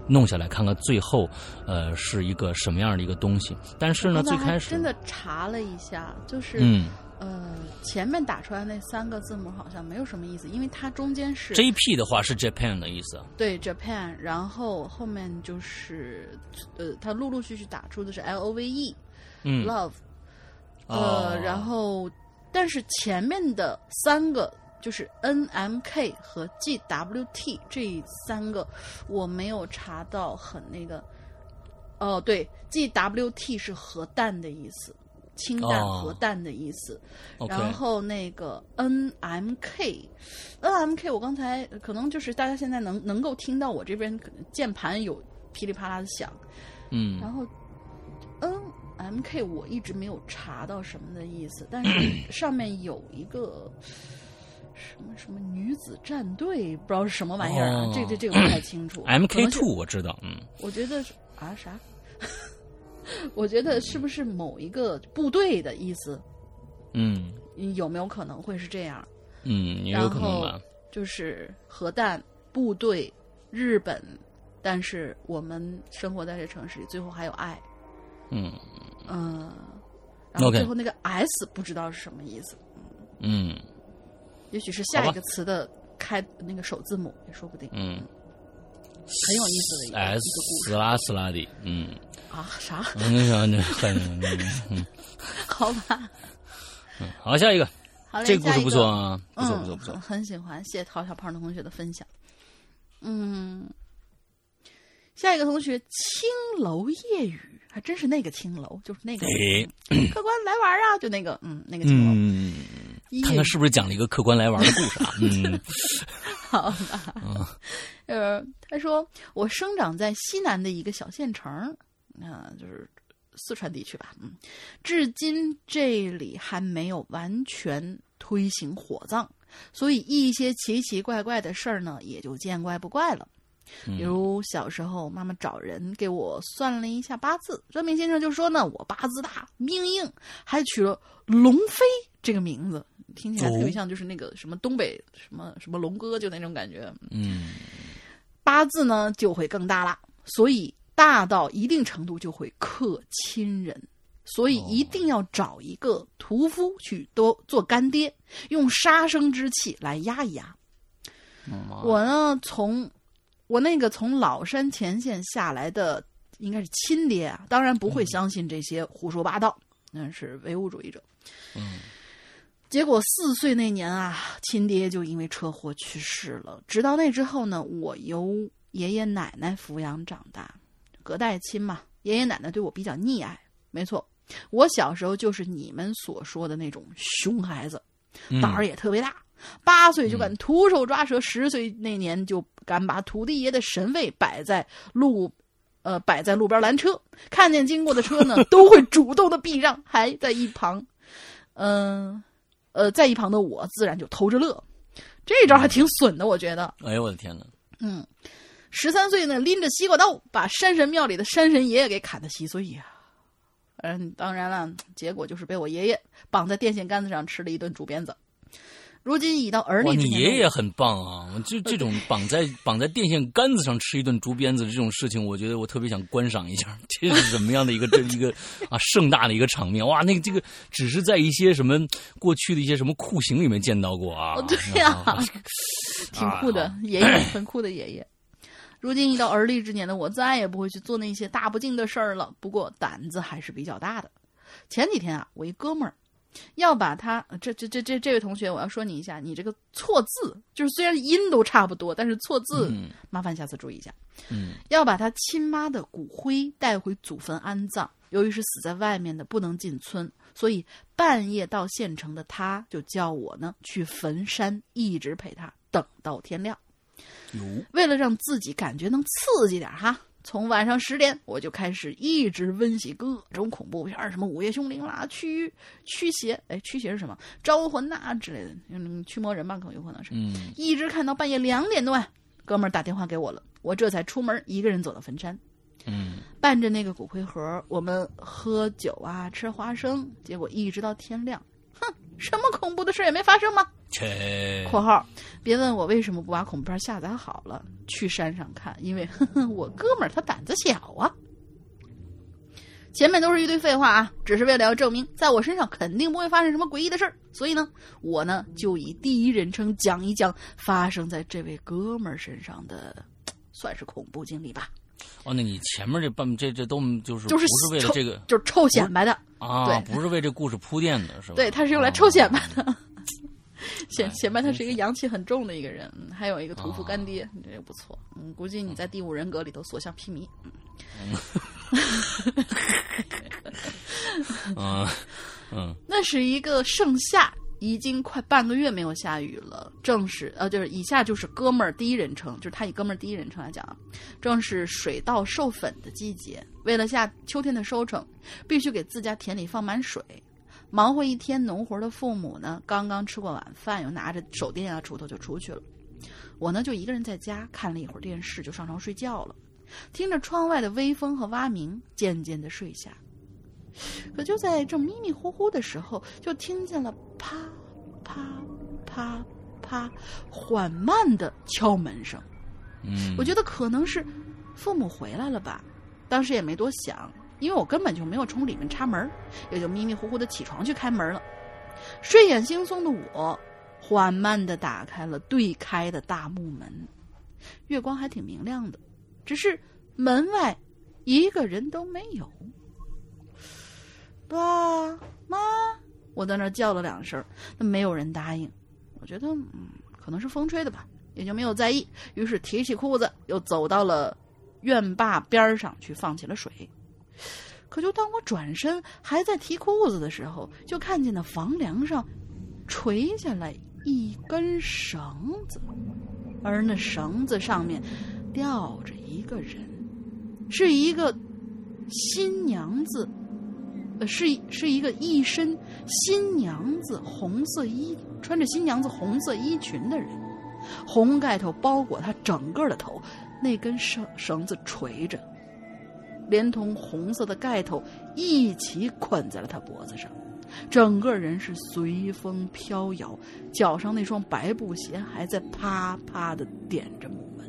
弄下来看看最后是一个什么样的一个东西。但是呢，最开始真的查了一下，就是前面打出来那3个字母好像没有什么意思，因为它中间是 JP 的话是 Japan 的意思。 对 Japan， 然后后面就是它陆陆续续打出的是 LOVE，love，然后但是前面的3个就是 NMK 和 GWT 这3个我没有查到很那个。对 GWT 是核弹的意思，氢弹核弹的意思。然后那个 NMK 我刚才可能就是大家现在能够听到我这边可能键盘有噼里啪啦的响。然后 NMK 我一直没有查到什么的意思，但是上面有一个什么女子战队，不知道是什么玩意儿啊，这个不太清楚。 MK2 我知道， 我觉得啥？我觉得是不是某一个部队的意思？有没有可能会是这样？ 也有可能吧。 就是核弹部队，日本，但是我们生活在这城市里，最后还有爱。然后最后那个 S 不知道是什么意思。也许是下一个词的开那个首字母也说不定。很有意思的一个故事。 斯拉的， 啥？好吧。 好，下一个。 好嘞， 这个故事不错啊，不错。 很喜欢，谢谢陶小胖的同学的分享。下一个同学青楼夜雨，还真是那个青楼，就是那个客官来玩啊，就那个那个青楼。 看看是不是讲了一个客官来玩的故事啊？ 好吧。他说我生长在西南的一个小县城，就是四川地区吧。至今这里还没有完全推行火葬，所以一些奇奇怪怪的事儿呢，也就见怪不怪了。比如小时候妈妈找人给我算了一下八字，算命先生就说呢，我八字大命硬，还取了龙飞这个名字，听起来特别像就是那个什么东北什么龙哥，就那种感觉。八字呢就会更大了，所以大到一定程度就会克亲人，所以一定要找一个屠夫去多做干爹，用杀生之气来压一压。我呢从老山前线下来的应该是亲爹啊，当然不会相信这些胡说八道，那是唯物主义者。结果4岁那年啊，亲爹就因为车祸去世了。直到那之后呢，我由爷爷奶奶抚养长大，隔代亲嘛，爷爷奶奶对我比较溺爱。没错，我小时候就是你们所说的那种熊孩子，胆儿也特别大。8岁就敢徒手抓蛇，10岁那年就敢把土地爷的神位摆在路边拦车，看见经过的车呢，都会主动的避让，还在一旁，在一旁的我自然就偷着乐。这招还挺损的，我觉得。 哎呦我的天哪 ！13岁呢，拎着西瓜刀把山神庙里的山神爷爷给砍得稀碎呀。当然了，结果就是被我爷爷绑在电线杆子上吃了一顿竹鞭子。如今已到而立之年， 你爷爷很棒啊！就这种绑在电线杆子上吃一顿竹鞭子这种事情，我觉得我特别想观赏一下，这是怎么样的一个盛大的一个场面哇！这个只是在一些什么过去的一些什么酷刑里面见到过啊。 对呀，挺酷的爷爷，很酷的爷爷。如今一到而立之年的我，再也不会去做那些大不敬的事儿了。不过胆子还是比较大的。前几天啊，我一哥们儿要把他这位同学，我要说你一下，你这个错字，就是虽然音都差不多，但是错字，麻烦下次注意一下。要把他亲妈的骨灰带回祖坟安葬。由于是死在外面的，不能进村，所以半夜到县城的他就叫我呢去坟山，一直陪他等到天亮。为了让自己感觉能刺激点哈，从晚上10点我就开始一直温习各种恐怖片，什么午夜凶铃啦、驱邪，驱邪是什么？招魂呐之类的，驱魔人吧，可能有可能是。一直看到半夜2点多，哥们儿打电话给我了，我这才出门一个人走到坟山。伴着那个骨灰盒，我们喝酒啊，吃花生，结果一直到天亮。 什么恐怖的事也没发生吗？ 切。 括号，别问我为什么不把恐怖片下载好了，去山上看，因为我哥们儿他胆子小啊。前面都是一堆废话啊，只是为了要证明在我身上肯定不会发生什么诡异的事儿，所以呢，我呢就以第一人称讲一讲发生在这位哥们儿身上的，算是恐怖经历吧。 哦，那你前面这都就是不是为了这个， 就是臭显摆的啊， 对， 不是为这故事铺垫的是吧？ 对，他是用来臭显摆的。显摆他是一个阳气很重的一个人，还有一个屠夫干爹，这个不错。估计你在第五人格里头所向披靡。那是一个盛夏，已经快半个月没有下雨了，正是就是以下就是哥们儿第一人称，就是他以哥们儿第一人称来讲，正是水稻授粉的季节。为了下秋天的收成，必须给自家田里放满水。忙活一天农活的父母呢，刚刚吃过晚饭，又拿着手电啊锄头就出去了。我呢就一个人在家看了一会儿电视，就上床睡觉了，听着窗外的微风和蛙鸣，渐渐的睡下。可就在正迷迷糊糊的时候，就听见了啪啪啪啪缓慢的敲门声。我觉得可能是父母回来了吧，当时也没多想，因为我根本就没有从里面插门，也就迷迷糊糊的起床去开门了。睡眼惺忪的我缓慢地打开了对开的大木门，月光还挺明亮的，只是门外一个人都没有。爸妈，我在那叫了2声，那没有人答应。我觉得可能是风吹的吧，也就没有在意，于是提起裤子又走到了院坝边上去放起了水。可就当我转身还在提裤子的时候，就看见那房梁上垂下来一根绳子，而那绳子上面吊着一个人，是一个新娘子，是一个一身新娘子红色衣，穿着新娘子红色衣裙的人，红盖头包裹他整个的头，那根绳子垂着，连同红色的盖头一起捆在了他脖子上，整个人是随风飘摇，脚上那双白布鞋还在啪啪地点着木门。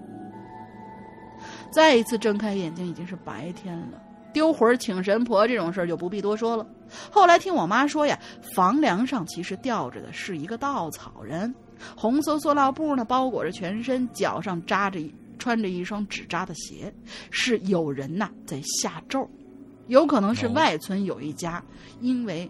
再一次睁开眼睛，已经是白天了。丢魂请神婆这种事儿就不必多说了。后来听我妈说呀，房梁上其实吊着的是一个稻草人，红色塑料布呢包裹着全身，脚上穿着一双纸扎的鞋，是有人呐在下咒，有可能是外村有一家，因为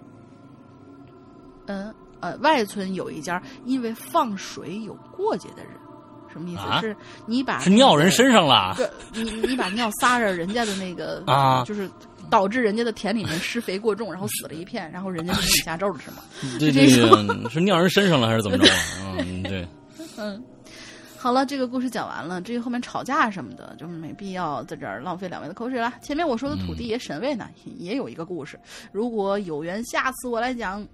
外村有一家因为放水有过节的人。什么意思？是你把是尿人身上了？ 你把尿撒着人家的那个就是导致人家的田里面施肥过重，然后死了一片，然后人家就给你下咒了，是吗？ 对，是尿人身上了还是怎么着啊？对， 好了，这个故事讲完了。至于后面吵架什么的，就没必要在这儿浪费2位的口水了。前面我说的土地爷神位呢，也有一个故事。如果有缘，下次我来讲。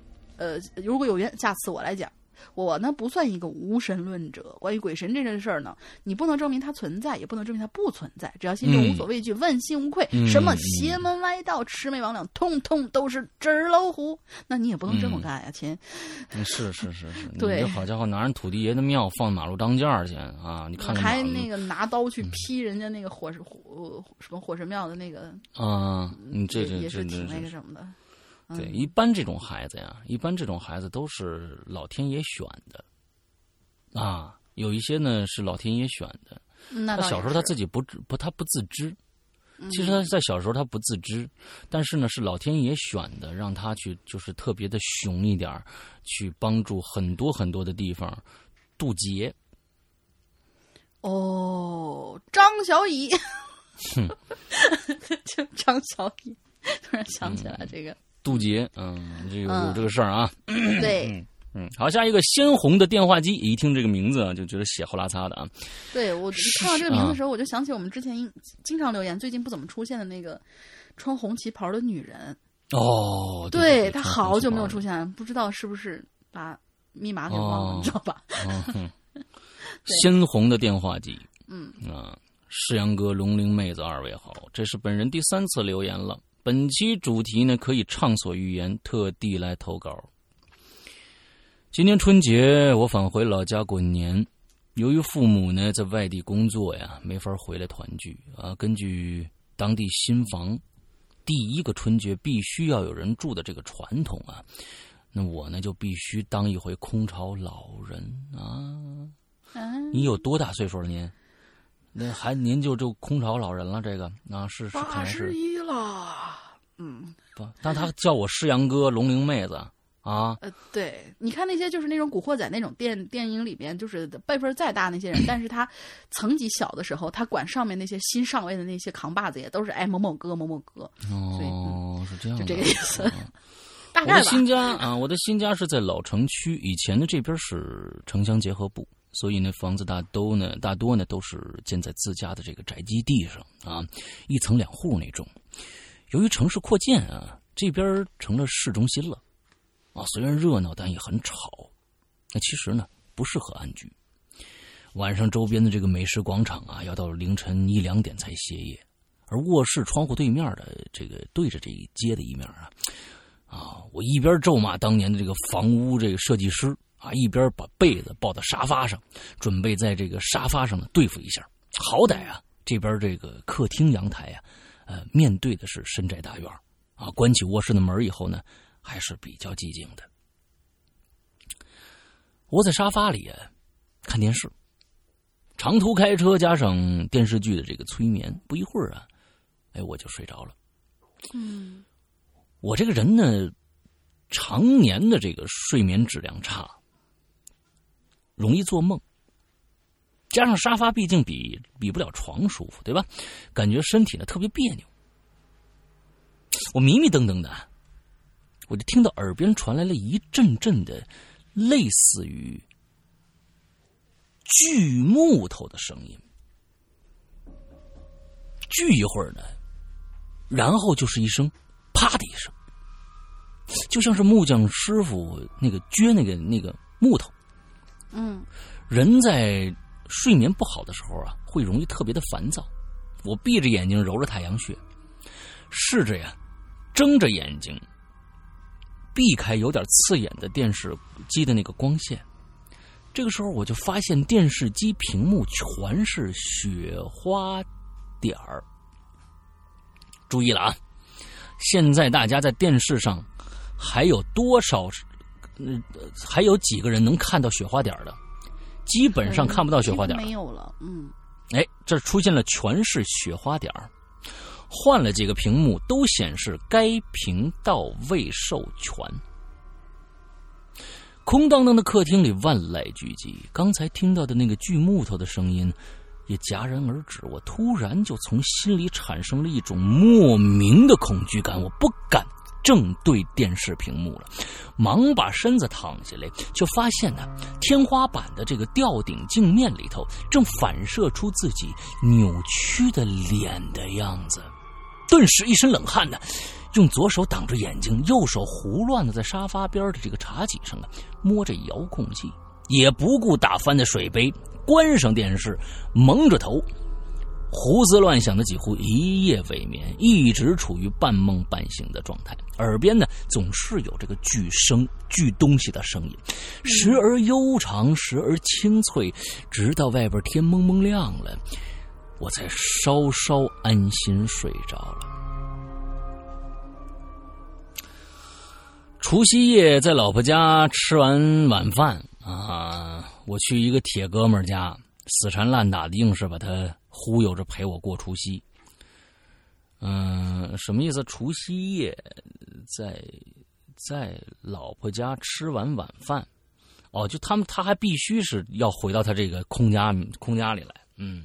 我呢不算一个无神论者，关于鬼神这件事儿呢，你不能证明它存在，也不能证明它不存在，只要心中无所畏惧，问心无愧，什么邪门歪道、魑魅魍魉，通通都是纸老虎，那你也不能这么干呀，亲。 是， 对， 你这好家伙，拿人土地爷的庙放马路当间儿去啊！你看看， 还那个拿刀去劈人家那个什么火神庙的那个这也是挺那个什么的。 对，一般这种孩子都是老天爷选的，啊，有一些呢是老天爷选的。他小时候他自己他不自知，其实他在小时候他不自知，但是呢是老天爷选的，让他去就是特别的雄一点，去帮助很多很多的地方渡劫。 哦，张小乙，就张小乙，突然想起来这个。 渡劫，这个有这个事儿啊。 对， 好，下一个鲜红的电话机，一听这个名字啊，就觉得血呼啦擦的啊。 对，我看到这个名字的时候，我就想起我们之前经常留言，最近不怎么出现的那个穿红旗袍的女人。 哦， 对，她好久没有出现，不知道是不是把密码给忘了，你知道吧？ 鲜红的电话机，世阳哥、龙灵妹子2位好，这是本人第3次留言了。本期主题呢，可以畅所欲言，特地来投稿。 今年春节我返回老家过年，由于父母呢在外地工作呀，没法回来团聚啊。根据当地新房第一个春节必须要有人住的这个传统啊，那我呢就必须当一回空巢老人啊。你有多大岁数了您？那您就空巢老人了，这个啊是看来是 81了。 不，但他叫我师阳哥、龙灵妹子啊。 对，你看那些就是那种古惑仔那种电影里边，就是辈分再大那些人，但是他层级小的时候，他管上面那些新上位的那些扛把子也都是某某哥某某哥。 哦，是这样的， 就这个意思。大概吧。 我的新家是在老城区，以前的这边是城乡结合部。所以呢，房子大多呢都是建在自家的这个宅基地上啊，一层2户那种。由于城市扩建啊，这边成了市中心了啊，虽然热闹，但也很吵。那其实呢，不适合安居。晚上周边的这个美食广场啊，要到凌晨1、2点才歇业，而卧室窗户对面的这个对着这一街的一面啊，我一边咒骂当年的这个房屋这个设计师。啊，一边把被子抱到沙发上，准备在这个沙发上呢对付一下。好歹啊，这边这个客厅阳台啊，面对的是深宅大院啊。关起卧室的门以后呢，还是比较寂静的。窝在沙发里啊，看电视，长途开车加上电视剧的这个催眠，不一会儿啊，我就睡着了。我这个人呢，常年的这个睡眠质量差。容易做梦，加上沙发毕竟比不了床舒服，对吧？感觉身体呢特别别扭。我迷迷瞪瞪的，我就听到耳边传来了一阵阵的类似于锯木头的声音，锯一会儿呢，然后就是一声啪的一声，就像是木匠师傅那个撅那个木头。人在睡眠不好的时候啊，会容易特别的烦躁。我闭着眼睛揉着太阳穴，试着呀睁着眼睛避开有点刺眼的电视机的那个光线。这个时候我就发现电视机屏幕全是雪花点儿。注意了啊，现在大家在电视上还有还有几个人能看到雪花点的？基本上看不到雪花点， 没有了。 这出现了全是雪花点，换了几个屏幕都显示该频道未授权。空荡荡的客厅里万籁俱寂，刚才听到的那个锯木头的声音也戛然而止。我突然就从心里产生了一种莫名的恐惧感，我不敢正对电视屏幕了，忙把身子躺下来，就发现呢，天花板的这个吊顶镜面里头正反射出自己扭曲的脸的样子。顿时一身冷汗呢，用左手挡着眼睛，右手胡乱的在沙发边的这个茶几上摸着遥控器，也不顾打翻的水杯，关上电视，蒙着头，胡思乱想的几乎一夜未眠，一直处于半梦半醒的状态。耳边呢总是有这个锯东西的声音，时而悠长，时而清脆，直到外边天蒙蒙亮了，我才稍稍安心睡着了。除夕夜在老婆家吃完晚饭啊，我去一个铁哥们家，死缠烂打的硬是把他忽悠着陪我过除夕。什么意思？除夕夜在老婆家吃完晚饭，就他还必须是要回到他这个空家里来。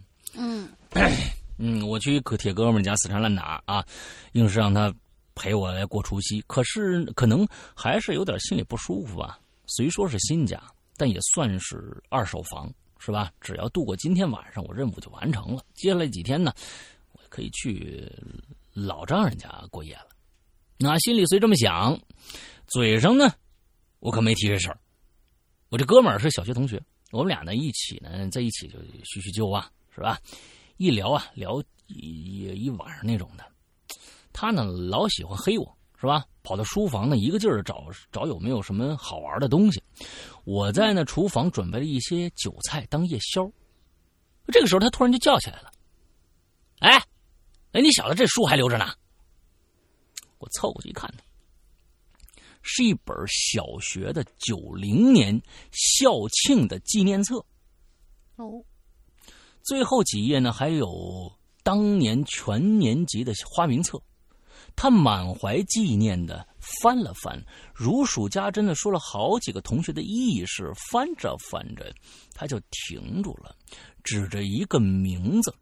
我去铁哥们家死缠烂打啊，硬是让他陪我来过除夕。可是可能还是有点心里不舒服吧。虽说是新家，但也算是二手房，是吧？只要度过今天晚上，我任务就完成了。接下来几天呢，我可以去老丈人家过夜了。那心里虽这么想，嘴上呢，我可没提这事儿。我这哥们儿是小学同学，我们俩呢在一起就叙叙旧啊，是吧？一聊啊，聊一晚上那种的。他呢老喜欢黑我， 是吧？跑到书房呢，一个劲儿的找有没有什么好玩的东西。我在那厨房准备了一些韭菜当夜宵。这个时候，他突然就叫起来了：“哎，你小子这书还留着呢？”我凑过去一看呢，是一本小学的90年校庆的纪念册。 哦， 最后几页呢，还有当年全年级的花名册。他满怀纪念的翻了翻，如数家珍的说了好几个同学的意识，翻着翻着，他就停住了，指着一个名字。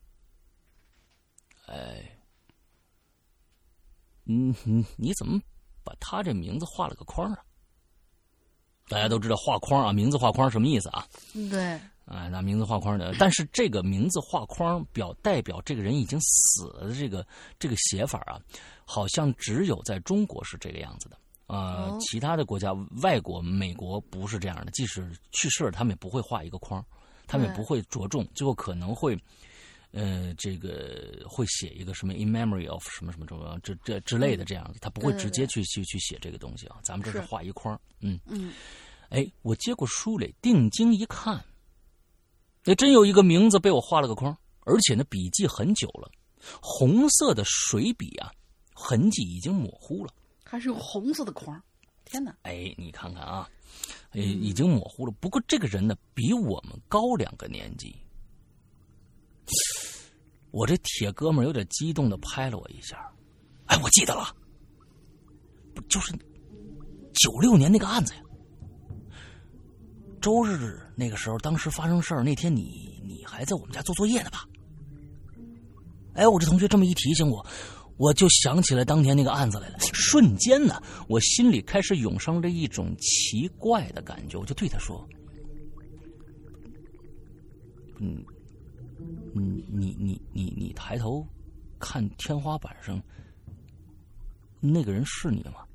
你怎么把他这名字画了个框啊？大家都知道画框啊，名字画框什么意思啊？ 对。 拿名字画框的，但是这个名字画框代表这个人已经死了的这个写法啊，好像只有在中国是这个样子的。其他的国家，外国、美国不是这样的，即使去世了，他们也不会画一个框，他们也不会着重，最后可能会，这个会写一个什么 in memory of 什么什么什么这之类的这样子，他不会直接去写这个东西啊。咱们这是画一框，我接过书来，定睛一看。真有一个名字被我画了个框，而且呢笔记很久了，红色的水笔啊，痕迹已经模糊了， 还是用红色的框，天哪！ 你看看啊，已经模糊了。不过这个人呢比我们高2个年级。我这铁哥们有点激动的拍了我一下，我记得了，不就是96年那个案子呀？周日那个时候，当时发生事儿那天你还在我们家做作业呢吧？我这同学这么一提醒我就想起来当天那个案子来了。瞬间呢，我心里开始涌上了一种奇怪的感觉，我就对他说：“你抬头看天花板上那个人是你吗？”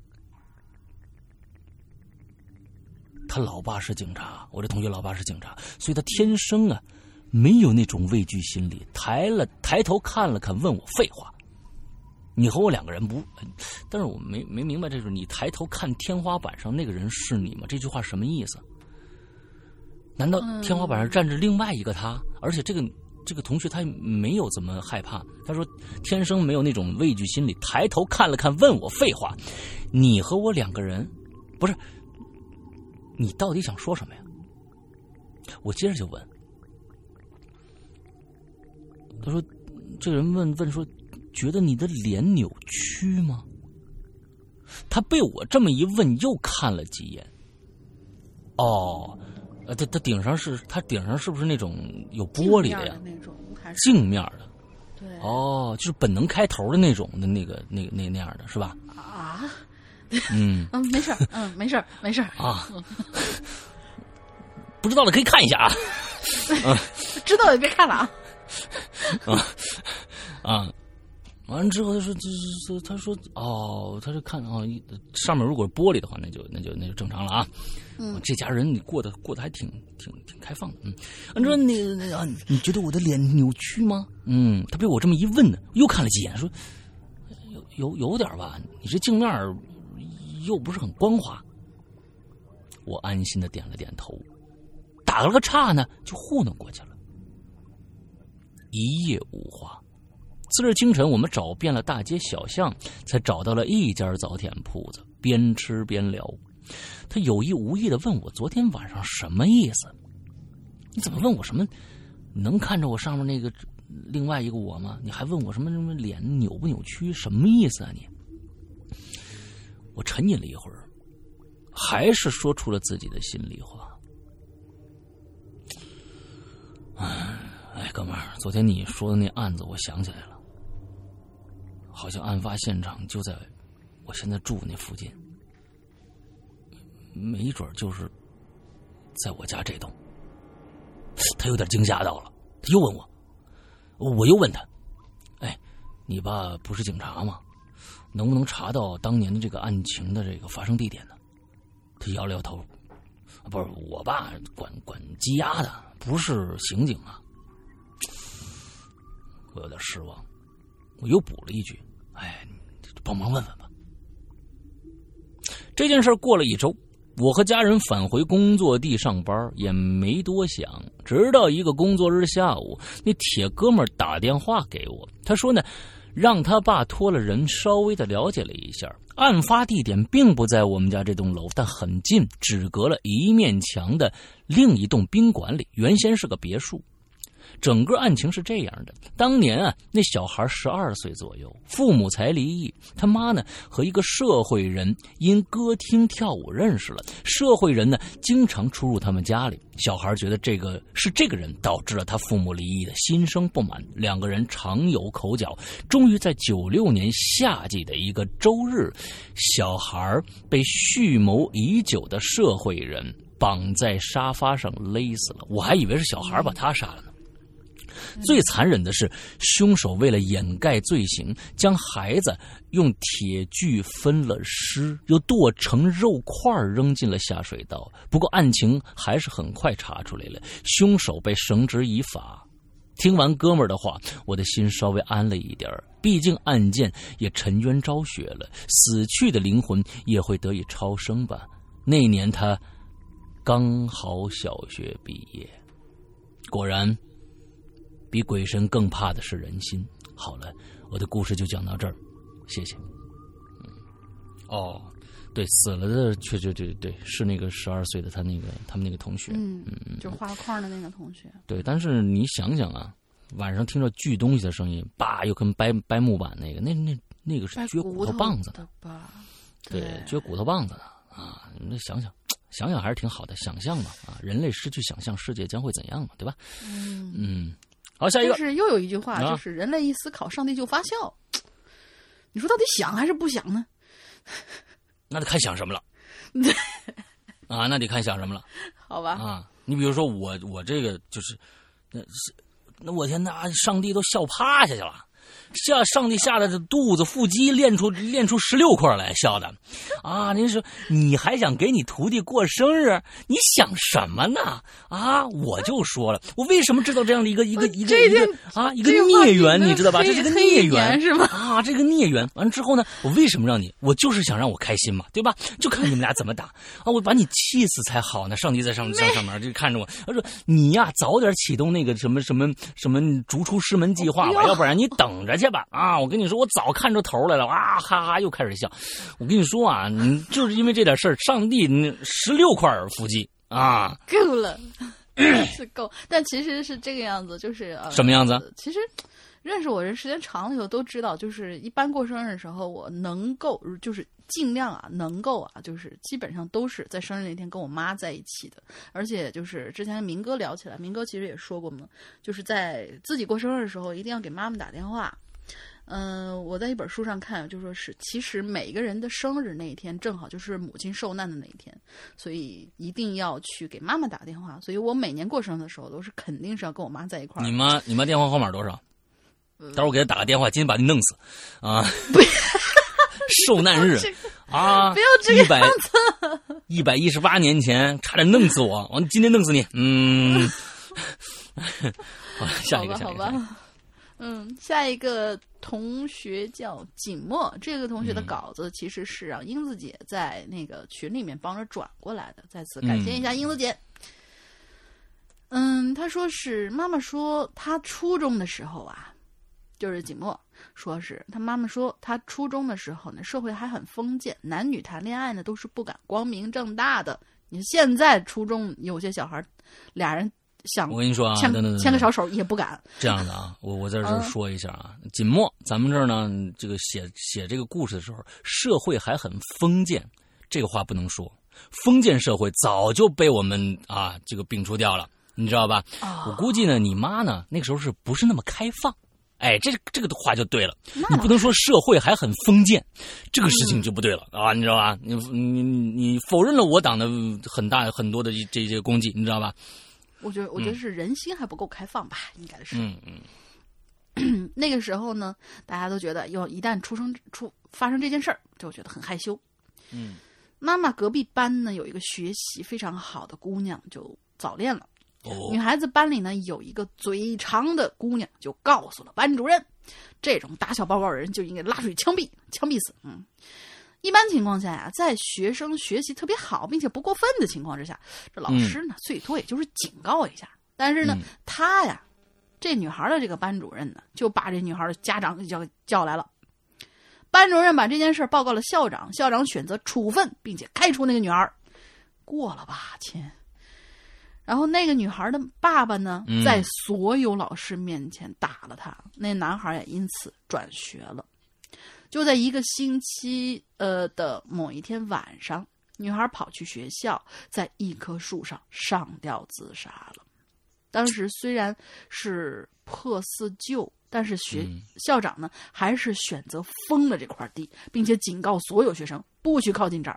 他老爸是警察，我这同学老爸是警察，所以他天生啊没有那种畏惧心理。抬头看了看，问我废话，你和我2个人不？但是我没明白这种你抬头看天花板上那个人是你吗？这句话什么意思？难道天花板上站着另外一个他？而且这个同学他没有怎么害怕，他说天生没有那种畏惧心理。抬头看了看，问我废话，你和我2个人不是？你到底想说什么呀？我接着就问，他说：“这个人问说，觉得你的脸扭曲吗？”他被我这么一问，又看了几眼。他顶上是不是那种有玻璃的呀？镜面的。 对。 就是本能开头的那种的那样的是吧？ 没事儿，没事儿啊。不知道的可以看一下啊。 知道的别看了啊。完了之后他说他就看上面如果是玻璃的话，那就正常了啊。这家人你过得还挺开放的。你说你觉得我的脸扭曲吗？他被我这么一问呢，又看了几眼，说有点吧，你这镜面又不是很光滑。我安心的点了点头，打了个岔呢，就糊弄过去了。一夜无话。次日清晨，我们找遍了大街小巷，才找到了一家早点铺子，边吃边聊。他有意无意的问我昨天晚上什么意思？你怎么问我什么？能看着我上面那个另外一个我吗？你还问我什么脸扭不扭曲？什么意思啊你？我沉吟了一会儿，还是说出了自己的心里话。哥们儿，昨天你说的那案子我想起来了，好像案发现场就在我现在住那附近，没准就是在我家这栋。他有点惊吓到了，他又问我又问他，你爸不是警察吗？能不能查到当年的这个案情的这个发生地点呢？他摇了摇头，不是，我爸管羁押的，不是刑警啊。我有点失望，我又补了一句，帮忙问问吧。 这件事过了1周，我和家人返回工作地上班，也没多想，直到一个工作日下午，那铁哥们打电话给我，他说呢，让他爸托了人稍微的了解了一下，案发地点并不在我们家这栋楼，但很近，只隔了一面墙的另一栋宾馆里，原先是个别墅。整个案情是这样的，当年啊，那小孩12岁左右，父母才离异，他妈呢和一个社会人因歌厅跳舞认识了，社会人呢经常出入他们家里，小孩觉得这个人导致了他父母离异的，心生不满，两个人常有口角，终于在96年夏季的一个周日，小孩被蓄谋已久的社会人绑在沙发上勒死了，我还以为是小孩把他杀了呢。最残忍的是，凶手为了掩盖罪行，将孩子用铁锯分了尸，又剁成肉块扔进了下水道。不过案情还是很快查出来了，凶手被绳之以法。听完哥们儿的话，我的心稍微安了一点，毕竟案件也沉冤昭雪了，死去的灵魂也会得以超生吧。那年他刚好小学毕业。果然比鬼神更怕的是人心。好了，我的故事就讲到这儿，谢谢。对，死了的确对，是那个12岁的他们那个同学， 就是画框的那个同学。 对，但是你想想啊，晚上听着锯东西的声音，叭又跟掰木板那个是撅骨头棒子的吧？ 对，撅骨头棒子的啊！你想想还是挺好的，想象嘛啊，人类失去想象，世界将会怎样嘛，对吧？好，下一个。 但是又有一句话，就是人类一思考，上帝就发笑。你说到底想还是不想呢？ 那得看想什么了。啊，那得看想什么了。 好吧。 啊，你比如说我这个就是，那我天，那上帝都笑趴下去了。上帝吓得肚子腹肌练出16块来，笑的啊！您说你还想给你徒弟过生日？你想什么呢？啊！我就说了，我为什么知道这样的一个孽缘，你知道吧？这是个孽缘是吗？ 啊，这个孽缘完了之后呢，我为什么让你？我就是想让我开心嘛，对吧？就看你们俩怎么打啊！我把你气死才好呢。上帝在上面就看着我，他说你呀，早点启动那个什么逐出师门计划吧，要不然你等着去吧啊！我跟你说，我早看出头来了啊！哈哈，又开始笑。我跟你说啊，你就是因为这点事儿，上帝16块腹肌啊， 够了，是够。但其实是这个样子，就是什么样子？ 其实认识我人时间长了以后都知道，就是一般过生日的时候，我能够就是尽量啊，能够啊，就是基本上都是在生日那天跟我妈在一起的。而且就是之前跟明哥聊起来，明哥其实也说过嘛，就是在自己过生日的时候一定要给妈妈打电话。我在一本书上看，就说是其实每个人的生日那一天正好就是母亲受难的那一天，所以一定要去给妈妈打电话。所以我每年过生日的时候都是肯定是要跟我妈在一块儿。 你妈电话号码多少？待会儿我给她打个电话，今天把你弄死啊！受难日啊！ 不要这个样子 ！118年前差点弄死我，今天弄死你。好，下一个。 下一个同学叫景墨，这个同学的稿子其实是让英子姐在那个群里面帮着转过来的，在此感谢一下英子姐。他说是妈妈说他初中的时候啊，就是景墨说是他妈妈说他初中的时候呢，社会还很封建，男女谈恋爱呢都是不敢光明正大的。你现在初中有些小孩俩人想我跟你说啊， 牵个小手也不敢。 这样的啊，我在这儿说一下啊，锦墨，咱们这儿呢，这个写这个故事的时候，社会还很封建，这个话不能说。封建社会早就被我们啊这个摒除掉了，你知道吧？我估计呢，你妈呢那个时候是不是那么开放？哎，这个话就对了，你不能说社会还很封建，这个事情就不对了啊，你知道吧？你否认了我党的很多的这些功绩，你知道吧？ 我觉得是人心还不够开放吧，应该是。那个时候呢，大家都觉得一旦发生这件事儿，就觉得很害羞。妈妈隔壁班呢有一个学习非常好的姑娘就早恋了。女孩子班里呢有一个嘴长的姑娘就告诉了班主任，这种打小报告人就应该拉出去枪毙死。 一般情况下呀，在学生学习特别好并且不过分的情况之下，这老师呢最多也就是警告一下。但是呢，他呀，这女孩的这个班主任呢，就把这女孩的家长给叫来了。班主任把这件事报告了校长，校长选择处分并且开除那个女孩。过了吧，亲。然后那个女孩的爸爸呢，在所有老师面前打了她，那男孩也因此转学了。就在一个星期的某一天晚上，女孩跑去学校，在一棵树上上吊自杀了。当时虽然是破四旧，但是校长呢还是选择封了这块地，并且警告所有学生不许靠近这儿。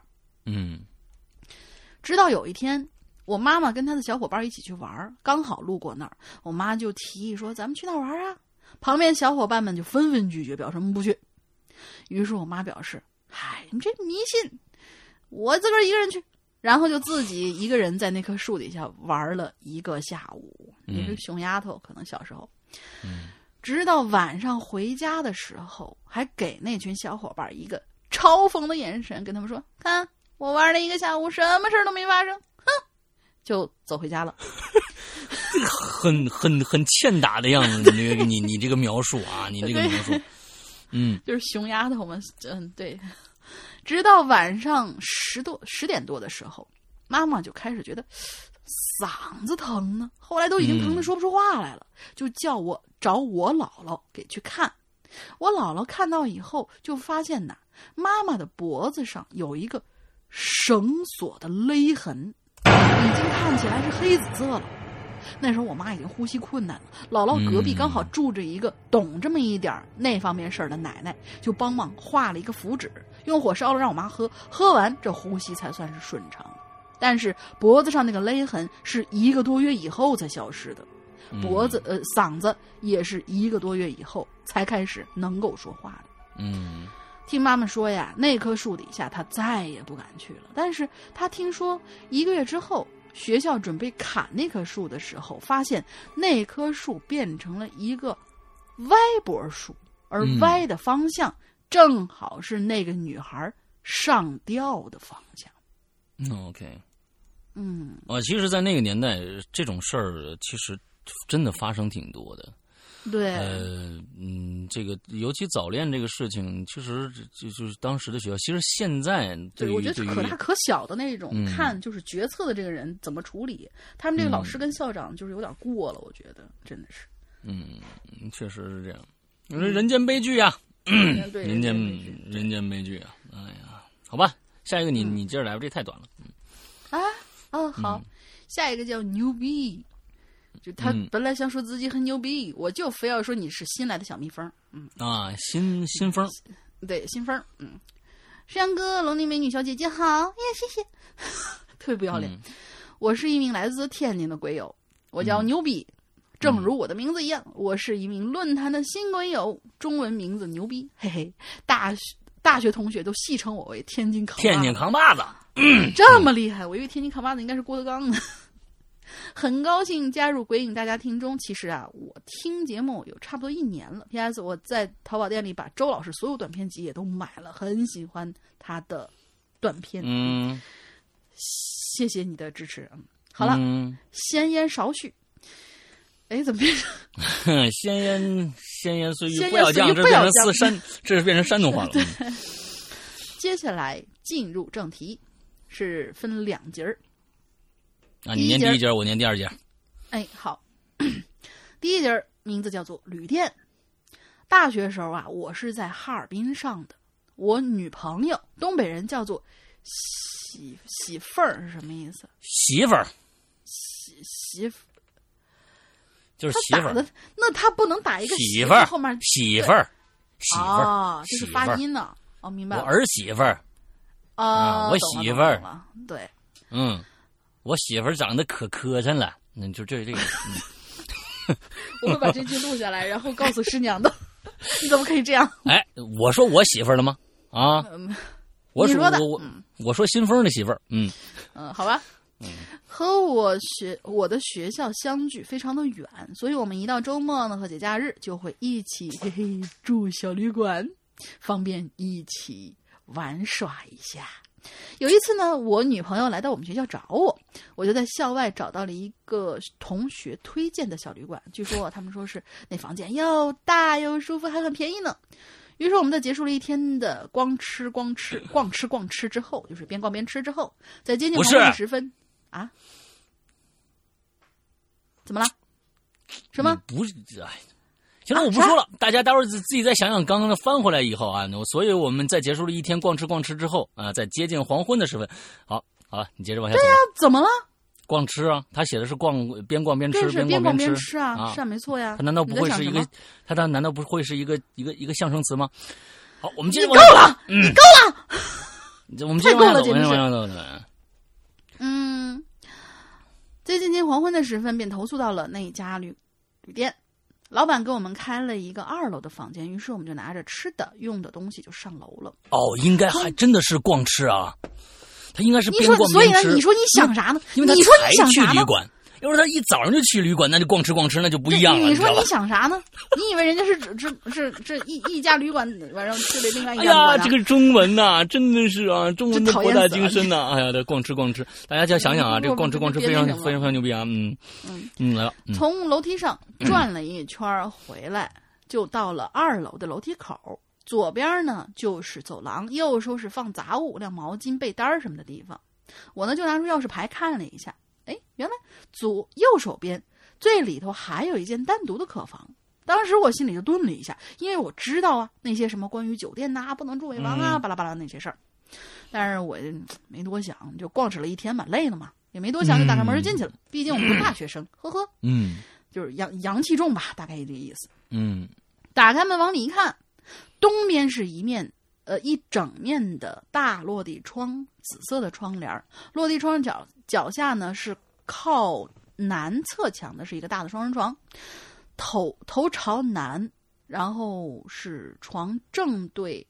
直到有一天，我妈妈跟她的小伙伴一起去玩，刚好路过那儿，我妈就提议说：“咱们去那儿玩啊！”旁边小伙伴们就纷纷拒绝，表示不去。于是我妈表示：“嗨，你这迷信，我自个儿一个人去。”然后就自己一个人在那棵树底下玩了一个下午。也是熊丫头，可能小时候。直到晚上回家的时候，还给那群小伙伴一个嘲讽的眼神，跟他们说：“看，我玩了一个下午，什么事都没发生。”哼，就走回家了。 很欠打的样子，你这个描述啊，你这个描述， 就是熊丫头们，对。直到晚上10点多的时候，妈妈就开始觉得嗓子疼呢，后来都已经疼得说不出话来了，就叫我找我姥姥给去看。我姥姥看到以后，就发现呐，妈妈的脖子上有一个绳索的勒痕，已经看起来是黑紫色了。那时候我妈已经呼吸困难了，姥姥隔壁刚好住着一个懂这么一点那方面事儿的奶奶，就帮忙画了一个符纸，用火烧了让我妈喝，喝完这呼吸才算是顺畅。但是脖子上那个勒痕是1个多月以后才消失的，嗓子也是1个多月以后才开始能够说话的。听妈妈说呀，那棵树底下她再也不敢去了。但是她听说1个月之后，学校准备砍那棵树的时候，发现那棵树变成了一个歪脖树，而歪的方向正好是那个女孩上吊的方向。 OK， 其实，在那个年代，这种事儿其实真的发生挺多的。 对， 这个尤其早恋这个事情，其实就是当时的学校。其实现在对于我觉得可大可小的那种，看就是决策的这个人怎么处理。他们这个老师跟校长就是有点过了，我觉得真的是。 确实是这样。人间悲剧啊，人间悲剧啊！哎呀，好吧，下一个你接着来吧，这太短了。 好，下一个叫牛逼。就他本来想说自己很牛逼，我就非要说你是新来的小蜜蜂。 新蜂， 对，新蜂。石阳哥，龙鳞美女小姐姐好呀，谢谢。特别不要脸。我是一名来自天津的鬼友，我叫牛逼，正如我的名字一样，我是一名论坛的新鬼友，中文名字牛逼，嘿嘿。大学同学都戏称我为天津扛把子。这么厉害，我以为天津扛把子应该是郭德纲呢。很高兴加入鬼影大家庭中。其实啊，我听节目有差不多1年了。PS， 我在淘宝店里把周老师所有短篇集也都买了，很喜欢他的短篇。谢谢你的支持。好了，闲言少叙。哎，怎么变成闲言碎语不要讲？这变成这是变成山东话了。 接下来进入正题，是分2节儿。 你念第1节，我念第2节。 哎，好。第1节名字叫做旅店。大学时候啊，我是在哈尔滨上的。我女朋友，东北人叫做媳妇儿是什么意思？ 媳妇儿， 媳妇就是媳妇儿。 那他不能打一个媳妇儿后面媳妇儿这是发音呢。明白了。 我儿媳妇儿我媳妇儿。 对， 我媳妇儿长得可磕碜了，就这个。 我会把这句录下来，然后告诉师娘的。你怎么可以这样？ 哎，我说我媳妇儿了吗？我说的。 我说新丰的媳妇儿。 好吧。和我的学校相距非常的远，所以我们一到周末呢和节假日就会一起住小旅馆，方便一起玩耍一下。有一次呢，我女朋友来到我们学校找我，我就在校外找到了一个同学推荐的小旅馆，据说他们说是那房间又大又舒服，还很便宜呢。于是我们在结束了一天的逛吃之后，就是边逛边吃之后，在接近黄昏时分啊，怎么了？什么？ 不是，哎。行了，我不说了，大家待会儿自己再想想刚刚的翻回来以后啊，所以我们在结束了一天逛吃之后啊，在接近黄昏的时分，好了，你接着往下走。 对呀，怎么了？ 逛吃啊，他写的是边逛边吃， 边逛边吃啊，是啊，没错呀。 他难道不会是一个？他难道不会是一个象声词吗？好，我们接着往下走。你够了， 我们接着往下走， 在接近黄昏的时分，便投宿到了那家旅店。老板给我们开了一个2楼的房间，于是我们就拿着吃的用的东西就上楼了。 哦，应该还真的是逛吃啊，他应该是边逛边吃。 所以呢，你说你想啥呢？ 因为他才去旅馆，要是他一早上就去旅馆，那就逛吃，那就不一样了。 你说你想啥呢？你以为人家是一家旅馆晚上去了另外一家旅馆？ 哎呀，这个中文呐，真的是啊，中文的博大精深呐！哎呀，这逛吃，大家就想想啊，这个逛吃非常牛逼啊！来了。 从楼梯上转了一圈回来，就到了2楼的楼梯口。左边呢就是走廊，右手是放杂物、晾毛巾、被单什么的地方。我呢就拿出钥匙牌看了一下，哎，原来右手边最里头还有一间单独的客房。当时我心里就顿了一下，因为我知道啊那些什么关于酒店呐、不能住尾房啊、巴拉巴拉那些事儿。但是我没多想，就逛吃了一天嘛，累了嘛，也没多想，就打开门就进去了。毕竟我们是大学生，呵呵，就是阳气重吧，大概这个意思。打开门往里一看，东边是一整面的大落地窗，紫色的窗帘，落地窗脚下呢是靠南侧墙的是一个大的双人床，头朝南，然后是床正对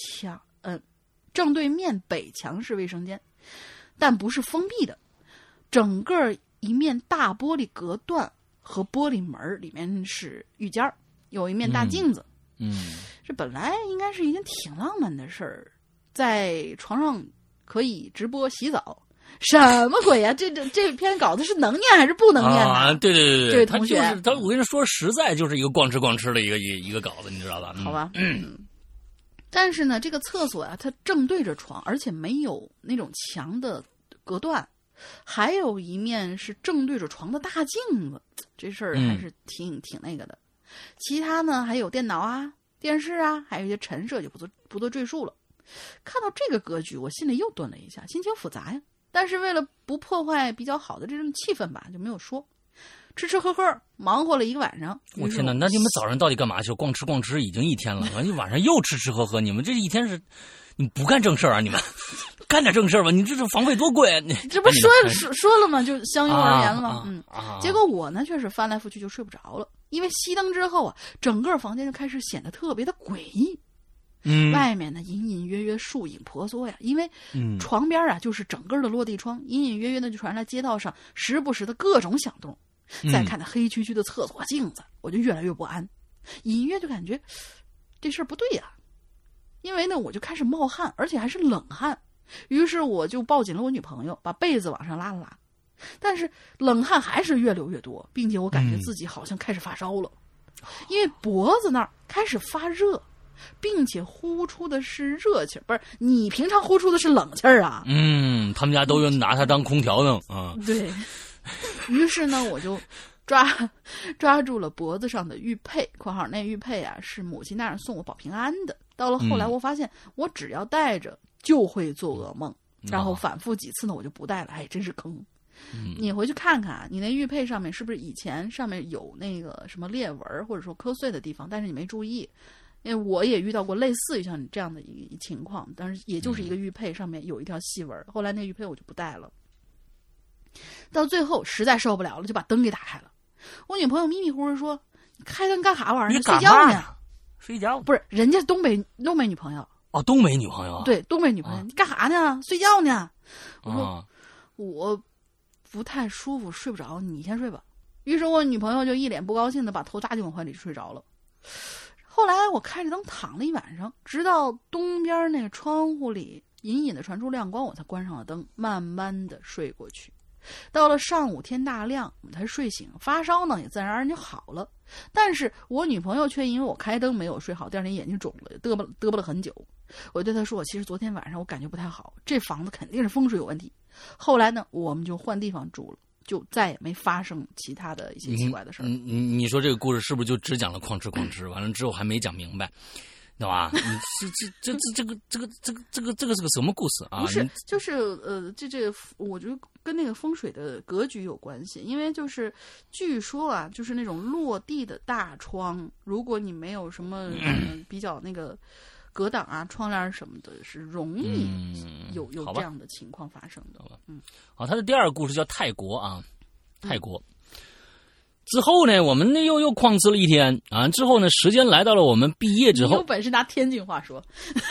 面北墙是卫生间，但不是封闭的，整个一面大玻璃隔断和玻璃门，里面是浴间，有一面大镜子。这本来应该是一件挺浪漫的事儿，在床上可以直播洗澡，什么鬼呀？这篇稿子是能念还是不能念啊？对， 这位同学， 他我跟你说，实在就是一个逛吃的一个稿子，你知道吧？ 好吧，但是呢，这个厕所啊，它正对着床，而且没有那种墙的隔断，还有一面是正对着床的大镜子，这事儿还是挺那个的。其他呢，还有电脑啊、电视啊，还有一些陈设，就不做赘述了。看到这个格局，我心里又顿了一下，心情复杂呀。但是为了不破坏比较好的这种气氛吧，就没有说。吃喝喝，忙活了一个晚上。 我天哪！那你们早上到底干嘛去？逛吃已经一天了，你晚上又吃喝喝，你们这一天是，你不干正事儿啊？你们干点正事儿吧！你这房费多贵啊！你这不说了吗？就相拥而言了吗？结果我呢，却是翻来覆去就睡不着了，因为熄灯之后啊，整个房间就开始显得特别的诡异。外面呢隐隐约约树影婆娑呀，因为床边啊就是整个的落地窗，隐隐约约的就传来街道上时不时的各种响动。再看那黑黢黢的厕所镜子，我就越来越不安，隐约就感觉这事儿不对呀。因为呢我就开始冒汗，而且还是冷汗，于是我就抱紧了我女朋友，把被子往上拉了拉，但是冷汗还是越流越多，并且我感觉自己好像开始发烧了，因为脖子那儿开始发热，并且呼出的是热气儿，不是你平常呼出的是冷气儿啊。 他们家都拿它当空调呢啊。 对，于是呢我就抓住了脖子上的玉佩（括号那玉佩啊是母亲大人送我保平安的）。到了后来我发现我只要戴着就会做噩梦，然后反复几次呢我就不戴了，哎，真是坑。你回去看看啊，你那玉佩上面是不是以前上面有那个什么裂纹或者说磕碎的地方，但是你没注意。因为我也遇到过类似于像你这样的一情况，但是也就是一个玉佩上面有一条细纹，后来那玉佩我就不戴了。到最后实在受不了了，就把灯给打开了。我女朋友迷迷糊糊说：“你开灯干啥玩意儿？睡觉呢？ 睡觉？ 不是，人家是东北女朋友。 哦，东北女朋友。 对，东北女朋友，你干啥呢？睡觉呢？我说我不太舒服，睡不着，你先睡吧。于是我女朋友就一脸不高兴的把头扎进我怀里睡着了。 后来我开着灯躺了一晚上，直到东边那个窗户里隐隐的传出亮光，我才关上了灯，慢慢的睡过去。到了上午天大亮，我才睡醒，发烧呢也自然而然就好了。但是我女朋友却因为我开灯没有睡好，第二天眼睛肿了，嘚啵了很久。我对她说，其实昨天晚上我感觉不太好，这房子肯定是风水有问题。后来呢，我们就换地方住了，就再也没发生其他的一些奇怪的事儿。 你说这个故事是不是就只讲了哐哧，完了之后还没讲明白？对吧？这个是个什么故事啊？ 不是，就是我觉得跟那个风水的格局有关系，因为就是据说啊，就是那种落地的大窗，如果你没有什么比较那个隔挡啊、窗帘什么的，是容易有这样的情况发生的。 好，他的第二个故事叫泰国啊，泰国。之后呢，我们又旷吃了一天啊。之后呢，时间来到了我们毕业之后。 你有本事拿天津话说。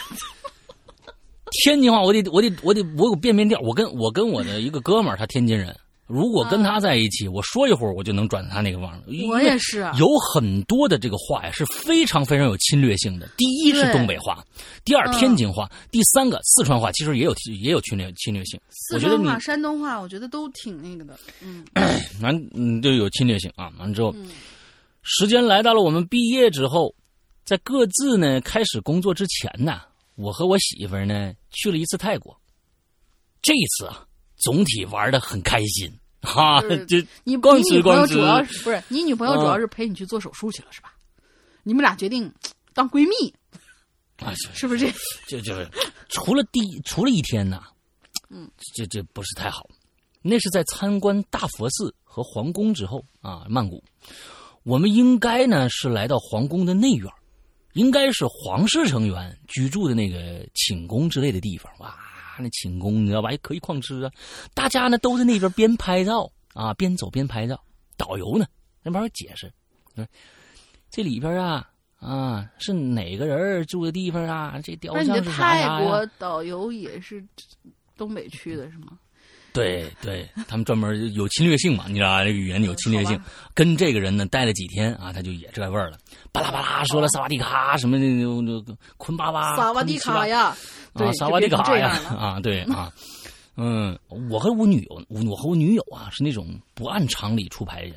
天津话，我有变调。我跟我的一个哥们儿，他天津人。如果跟他在一起，我说一会儿我就能转他那个网。 我也是啊。 有很多的这个话呀，是非常非常有侵略性的。第一是东北话，第二天津话，第三个四川话，其实也有侵略性。 四川话、山东话，我觉得都挺那个的。 就有侵略性啊。完了之后，时间来到了我们毕业之后，在各自呢开始工作之前呢，我和我媳妇儿呢去了一次泰国。这一次啊，总体玩得很开心。这你女朋友主要不是你女朋友主要是陪你去做手术去了是吧？你们俩决定当闺蜜啊？ 是不是这？就是除了一天呢，这不是太好。那是在参观大佛寺和皇宫之后啊，曼谷，我们应该呢是来到皇宫的内院，应该是皇室成员居住的那个寝宫之类的地方。哇，那寝宫你知道吧，还可以旷吃啊！大家呢都在那边边拍照啊，边走边拍照。导游呢那边解释，这里边啊是哪个人住的地方啊？这雕像是啥呀？ 泰国导游也是东北区的是吗？ 对，他们专门有侵略性嘛，你知道这个语言有侵略性。跟这个人呢待了几天啊，他就也这味儿了，巴拉巴拉说了萨瓦迪卡什么的，坤巴巴萨瓦迪卡呀， 对，萨瓦迪卡呀啊，对啊，我和我女友啊是那种不按常理出牌的人，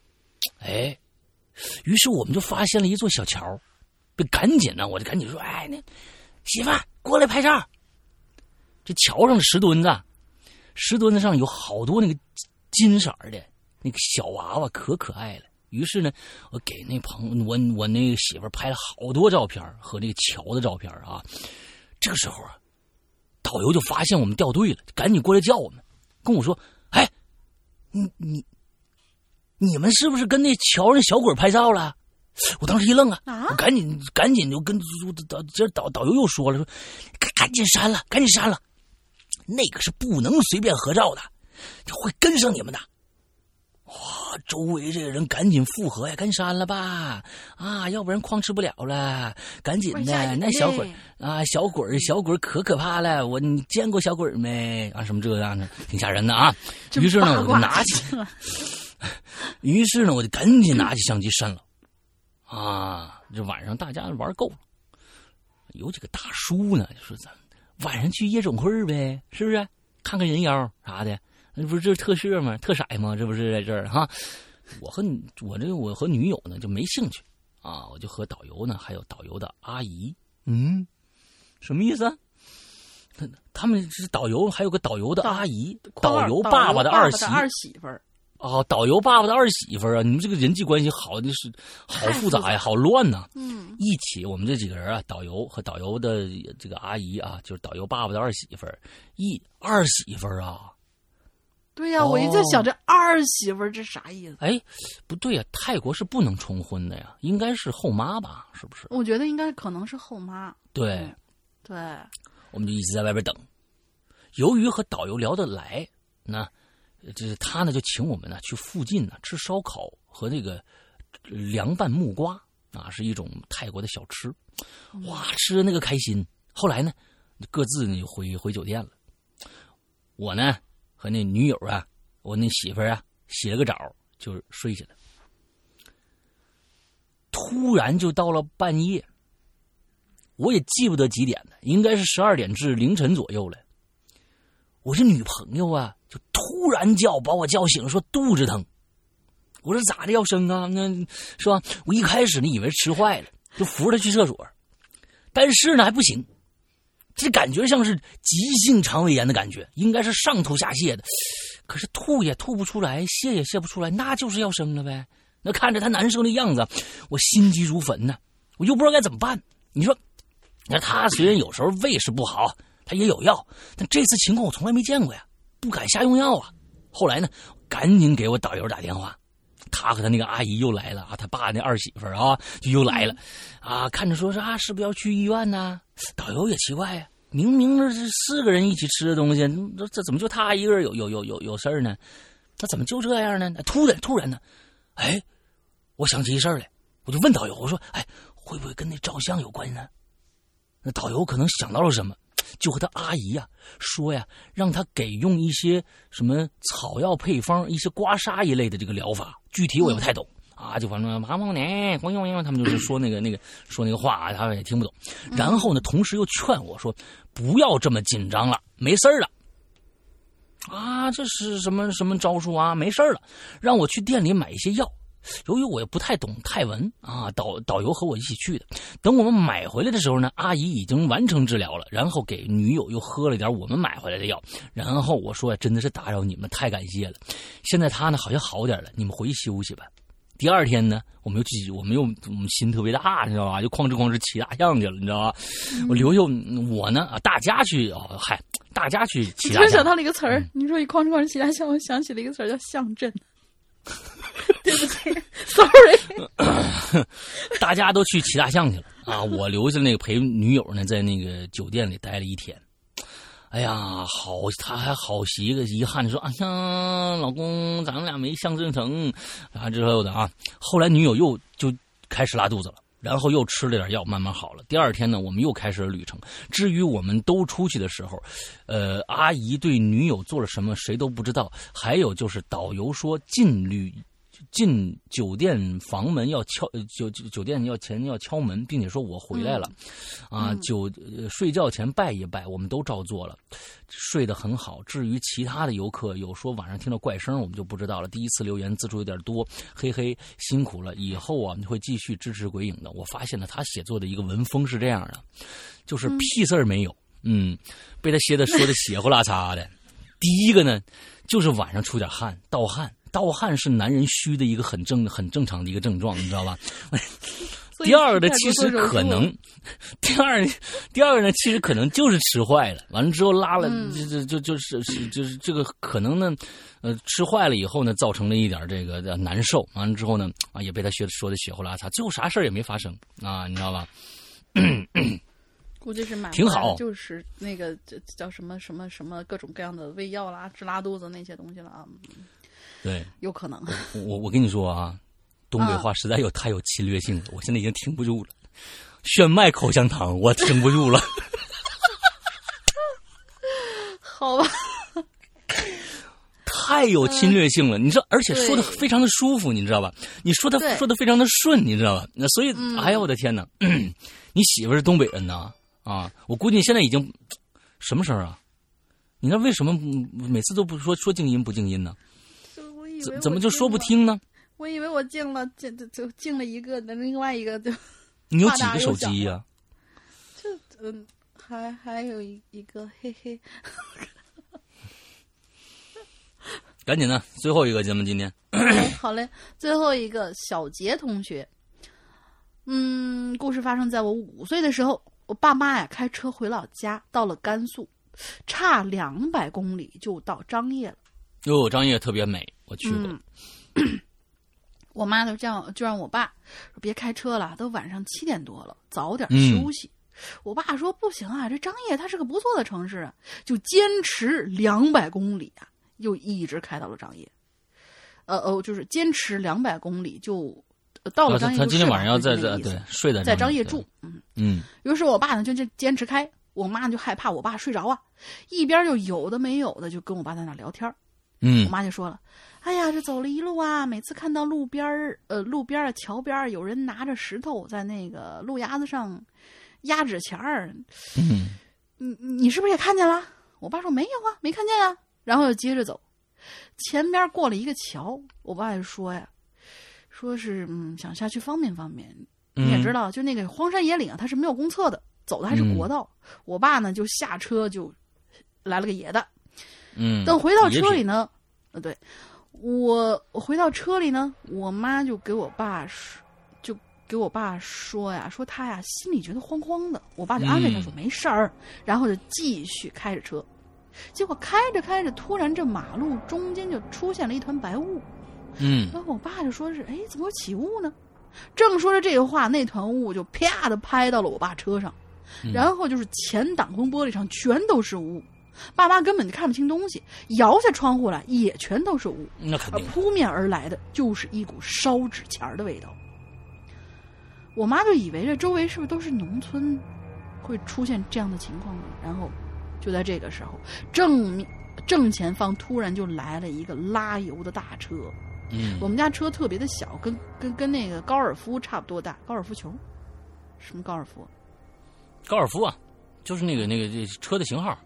于是我们就发现了一座小桥，我就赶紧说，那媳妇儿过来拍照。这桥上的石墩子上有好多那个金色的那个小娃娃，可爱了。于是呢，我给那我那个媳妇拍了好多照片和那个桥的照片啊。这个时候啊，导游就发现我们掉队了，赶紧过来叫我们，跟我说：“你们是不是跟那桥上小鬼拍照了？”我当时一愣啊，我赶紧就跟导游又说了，说赶紧删了。那个是不能随便合照的，会跟上你们的。哇！周围这个人赶紧附和呀，赶紧删了吧，啊，要不然旷吃不了了。赶紧的，那小鬼啊，小鬼可怕了。你见过小鬼没？啊，什么这样的，挺吓人的啊。于是呢，我就赶紧拿起相机删了。啊，这晚上大家玩够了，有几个大叔呢，就说咱晚上去夜总会呗，是不是？看看人妖啥的，那不是这特色吗？特色吗？这不是在这儿哈？我和女友呢就没兴趣啊，我就和导游呢，还有导游的阿姨，什么意思啊？他们是导游，还有个导游的阿姨，导游爸爸的二媳妇儿。 哦，导游爸爸的二媳妇儿啊，你们这个人际关系好复杂呀，好乱呐。一起我们这几个人啊，导游和导游的这个阿姨啊，就是导游爸爸的二媳妇儿，二媳妇儿啊。 对呀，我一直在想这二媳妇儿这啥意思？ 不对呀，泰国是不能重婚的呀，应该是后妈吧？是不是？ 我觉得应该可能是后妈。 对， 对， 我们就一直在外边等。由于和导游聊得来，这他呢就请我们呢去附近呢吃烧烤和那个凉拌木瓜啊，是一种泰国的小吃。哇，吃的那个开心。后来呢，各自呢就回酒店了。我呢和那女友啊，我那媳妇儿啊洗了个澡就睡去了。 突然就到了半夜，我也记不得几点了，应该是12点至凌晨左右了。我这女朋友啊，就突然把我叫醒，说肚子疼。我说咋的要生啊？那是吧？我一开始呢以为吃坏了，就扶着她去厕所，但是呢还不行，这感觉像是急性肠胃炎的感觉，应该是上吐下泻的。可是吐也吐不出来，泻也泻不出来，那就是要生了呗。那看着她难受的样子，我心急如焚呢，我又不知道该怎么办。你说，那她虽然有时候胃是不好，她也有药，但这次情况我从来没见过呀，不敢瞎用药啊。后来呢，赶紧给我导游打电话。他和他那个阿姨又来了啊，他爸那儿媳妇啊就又来了啊，看着说啊，是不是要去医院呢？导游也奇怪呀，明明是4个人一起吃的东西，这怎么就他一个人有事儿呢？他怎么就这样呢？突然呢，哎，我想起一事儿来，我就问导游，我说，哎，会不会跟那照相有关呢？那导游可能想到了什么，就和他阿姨呀说呀，让他给用一些什么草药配方，一些刮痧一类的这个疗法，具体我也不太懂啊，就反正他们就是说那个话啊，他也听不懂。然后呢，同时又劝我说，不要这么紧张了，没事了。啊，这是什么招数啊？没事了，让我去店里买一些药。由于我也不太懂泰文啊，导游和我一起去的。等我们买回来的时候呢，阿姨已经完成治疗了，然后给女友又喝了点我们买回来的药。然后我说，真的是打扰你们，太感谢了。现在她呢好像好点了，你们回去休息吧。第二天呢，我们心特别大，你知道吧？就哐哧骑大象去了，你知道吧？我留下我呢大家去骑大象。 突然想到了一个词儿，你说一哐哧骑大象，我想起了一个词儿叫象阵。对不起 ，sorry。 大家都去骑大象去了啊！我留下那个陪女友呢，在那个酒店里待了1天。哎呀，他还好一个遗憾，说：“哎呀，老公，咱们俩没象征成啊之后的啊。”后来女友又就开始拉肚子了。然后又吃了点药，慢慢好了。第二天呢，我们又开始了旅程。至于我们都出去的时候，阿姨对女友做了什么，谁都不知道。还有就是导游说进酒店房门要酒店前要敲门，并且说我回来了，睡觉前拜一拜，我们都照做了，睡得很好。至于其他的游客有说晚上听到怪声，我们就不知道了。第一次留言字数有点多，嘿嘿，辛苦了，以后啊会继续支持鬼影的。我发现了他写作的一个文风是这样的，就是屁事儿没有，被他说的血呼啦擦的。第一个呢，就是晚上出点汗，盗汗是男人虚的一个很正常的一个症状，你知道吧？第二个呢，其实可能，第二个呢，其实可能就是吃坏了，完了之后拉了，就是这个可能呢，吃坏了以后呢，造成了一点这个难受，完了之后呢，啊，也被他说的血呼啦擦，最后啥事儿也没发生啊，你知道吧？ 估计是买挺好， 就是那个叫什么各种各样的胃药啦、治拉肚子那些东西了啊。 对， 有可能。 我跟你说啊，东北话实在太有侵略性了，我现在已经挺不住了。炫迈口香糖，我挺不住了。 好吧， 太有侵略性了，你知道，而且说的非常的舒服，你知道吧？你说的非常的顺，你知道吧？那所以，哎呀，我的天哪！你媳妇是东北人呐？啊，我估计你现在已经什么声啊？你知道为什么每次都不说静音不静音呢？怎么就说不听呢？ 我以为我静了，就静了一个，那另外一个就。 你有几个手机呀？ 还有一个，嘿嘿。 赶紧的，最后一个咱们今天。 好嘞，最后一个小杰同学。故事发生在我5岁的时候，我爸妈呀开车回老家，到了甘肃，差200公里就到张掖了。 哟，张掖特别美，我去过。 我妈就让我爸说别开车了，都晚上7点多了，早点休息。我爸说不行啊，这张掖它是个不错的城市啊，就坚持200公里啊，又一直开到了张掖。就是坚持200公里就到了张掖。他今天晚上要在睡在张掖住。于是我爸呢就坚持开，我妈就害怕我爸睡着啊，一边就有的没有的就跟我爸在那聊天。 我妈就说了，哎呀，这走了一路啊，每次看到路边啊桥边有人拿着石头在那个路牙子上压纸钱儿，你是不是也看见了？我爸说没有啊，没看见啊，然后就接着走，前边过了一个桥，我爸就说呀，说是想下去方便方便，你也知道，就那个荒山野岭啊，它是没有公厕的，走的还是国道。我爸呢就下车就来了个野的，等回到车里呢，对，我回到车里呢，我妈就给我爸说呀，说他呀心里觉得慌慌的，我爸就安慰他说没事儿，然后就继续开着车，结果开着开着，突然这马路中间就出现了一团白雾，然后我爸就说是，哎，怎么会起雾呢？正说着这个话，那团雾就啪的拍到了我爸车上，然后就是前挡风玻璃上全都是雾，爸妈根本就看不清东西，摇下窗户来也全都是雾， 那肯定， 而扑面而来的就是一股烧纸钱的味道。我妈就以为这周围是不是都是农村会出现这样的情况呢？然后就在这个时候，正前方突然就来了一个拉油的大车。我们家车特别的小，跟那个高尔夫差不多大，高尔夫球。什么高尔夫？ 高尔夫啊，就是那个这车的型号。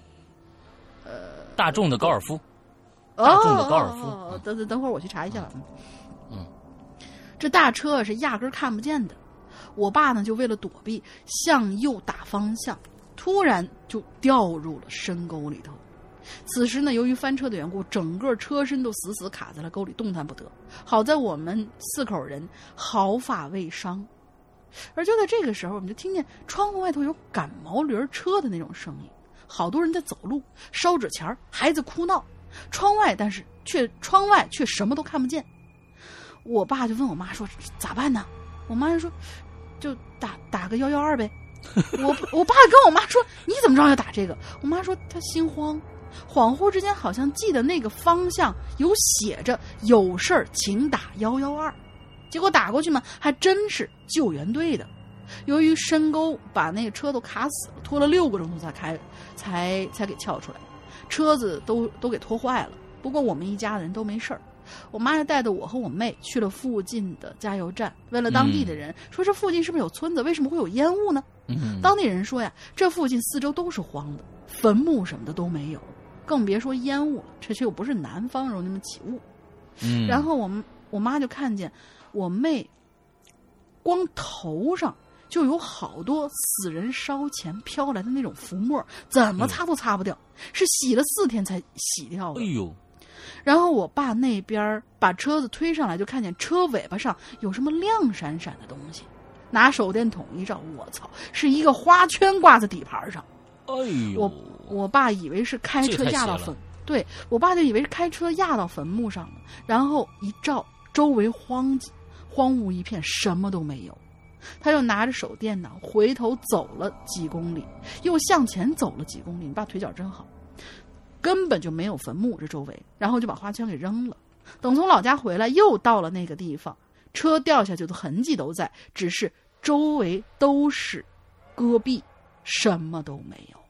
大众的高尔夫。大众的高尔夫。 等会儿我去查一下吧。这大车是压根看不见的，我爸呢就为了躲避，向右打方向，突然就掉入了深沟里头。此时呢，由于翻车的缘故，整个车身都死死卡在了沟里，动弹不得。好在我们4口人毫发未伤。而就在这个时候，我们就听见窗户外头有赶毛驴车的那种声音，好多人在走路，烧纸钱，孩子哭闹。窗外却什么都看不见。我爸就问我妈说咋办呢？我妈就说就打个112呗。我爸跟我妈说你怎么知道要打这个？我妈说她心慌，恍惚之间好像记得那个方向有写着有事儿请打112，结果打过去嘛，还真是救援队的。由于深沟把那个车都卡死了，拖了6个钟头才给撬出来，车子都给拖坏了。不过我们一家人都没事儿。我妈就带着我和我妹去了附近的加油站，问了当地的人，说这附近是不是有村子，为什么会有烟雾呢？当地人说呀，这附近4周都是荒的，坟墓什么的都没有，更别说烟雾了，这却又不是南方容易那么起雾。然后我妈就看见我妹光头上就有好多死人烧钱飘来的那种浮沫，怎么擦都擦不掉，是洗了4天才洗掉的。 哎呦！ 然后我爸那边把车子推上来，就看见车尾巴上有什么亮闪闪的东西，拿手电筒一照，我操，是一个花圈挂在底盘上。 哎呦！ 我爸以为是开车压到坟，对，我爸就以为是开车压到坟墓上了，然后一照，周围荒芜一片，什么都没有。他又拿着手电筒回头走了几公里，又向前走了几公里，你爸腿脚真好，根本就没有坟墓这周围，然后就把花圈给扔了。等从老家回来，又到了那个地方，车掉下去的痕迹都在，只是周围都是戈壁，什么都没有。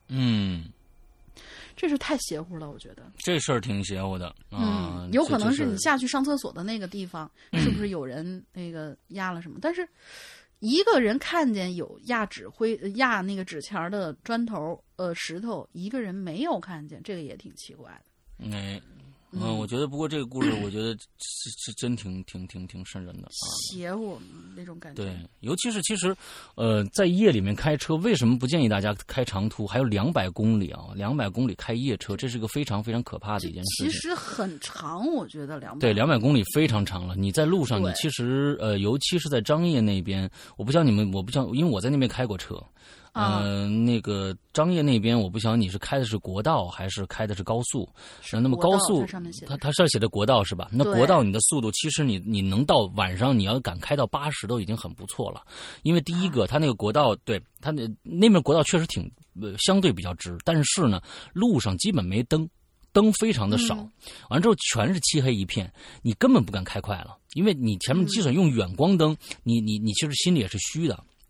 这是太邪乎了，我觉得这事儿挺邪乎的。 有可能是你下去上厕所的那个地方，是不是有人那个压了什么？但是一个人看见有压那个纸钱的砖头石头，一个人没有看见，这个也挺奇怪的。 我觉得不过这个故事，我觉得是真挺瘆人的， 邪乎那种感觉。 对，尤其是其实，在夜里面开车，为什么不建议大家开长途？还有200公里啊，200公里开夜车，这是个非常非常可怕的一件事情。 其实很长，我觉得200。 对，200公里非常长了。你在路上，你其实尤其是在张掖那边，我不知道，因为我在那边开过车。那个张掖那边，我不晓得你是开的是国道还是开的是高速。那么高速，它上写的国道是吧？那国道你的速度，其实你能到晚上，你要敢开到80都已经很不错了。因为第一个，它那个国道，对它那边国道确实挺相对比较直，但是呢，路上基本没灯非常的少。完之后全是漆黑一片，你根本不敢开快了，因为你前面即使用远光灯，你其实心里也是虚的。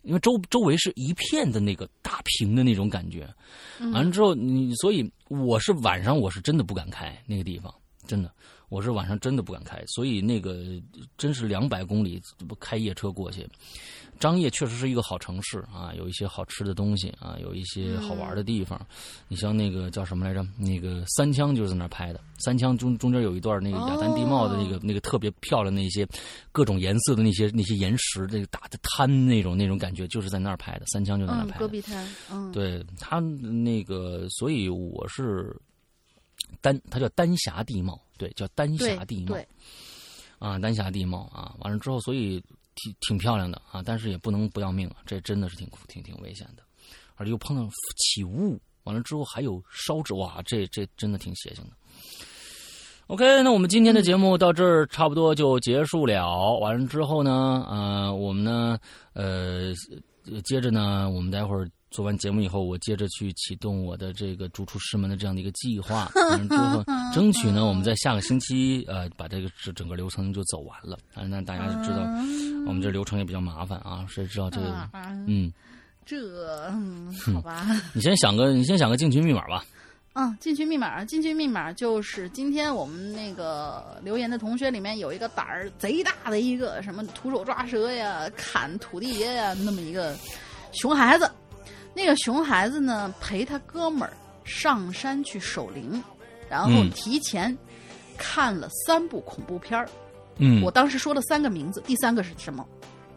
因为周围是一片的那个大屏的那种感觉。完了之后所以晚上我是真的不敢开那个地方，真的。我是晚上真的不敢开，所以那个真是200公里开夜车过去。张掖确实是一个好城市啊，有一些好吃的东西啊，有一些好玩的地方。你像那个叫什么来着？那个三枪就是在那儿拍的。三枪中间有一段那个雅丹地貌的那个特别漂亮的那些各种颜色的那些岩石，那个大的滩那种感觉，就是在那儿拍的。三枪就在那儿拍的。 戈壁滩。 对他那个，所以我是。它叫丹霞地貌，对，叫丹霞地貌，啊，丹霞地貌啊，完了之后，所以挺漂亮的啊，但是也不能不要命啊，这真的是挺危险的，而且又碰到起雾，完了之后还有烧制，哇，这真的挺邪性的。OK， 那我们今天的节目到这儿差不多就结束了。完了之后呢，我们呢，接着呢，我们待会儿。做完节目以后，我接着去启动我的这个逐出师门的这样的一个计划，完了之后争取呢，我们在下个星期把这个整个流程就走完了。那大家就知道，我们这流程也比较麻烦啊，谁知道这个？ 好吧。 你先想个进群密码吧。 进群密码就是今天我们那个留言的同学里面有一个胆儿贼大的一个什么徒手抓蛇呀、砍土地爷呀，那么一个熊孩子。那个熊孩子呢，陪他哥们儿上山去守灵，然后提前看了3部恐怖片儿。我当时说了3个名字，第3个是什么？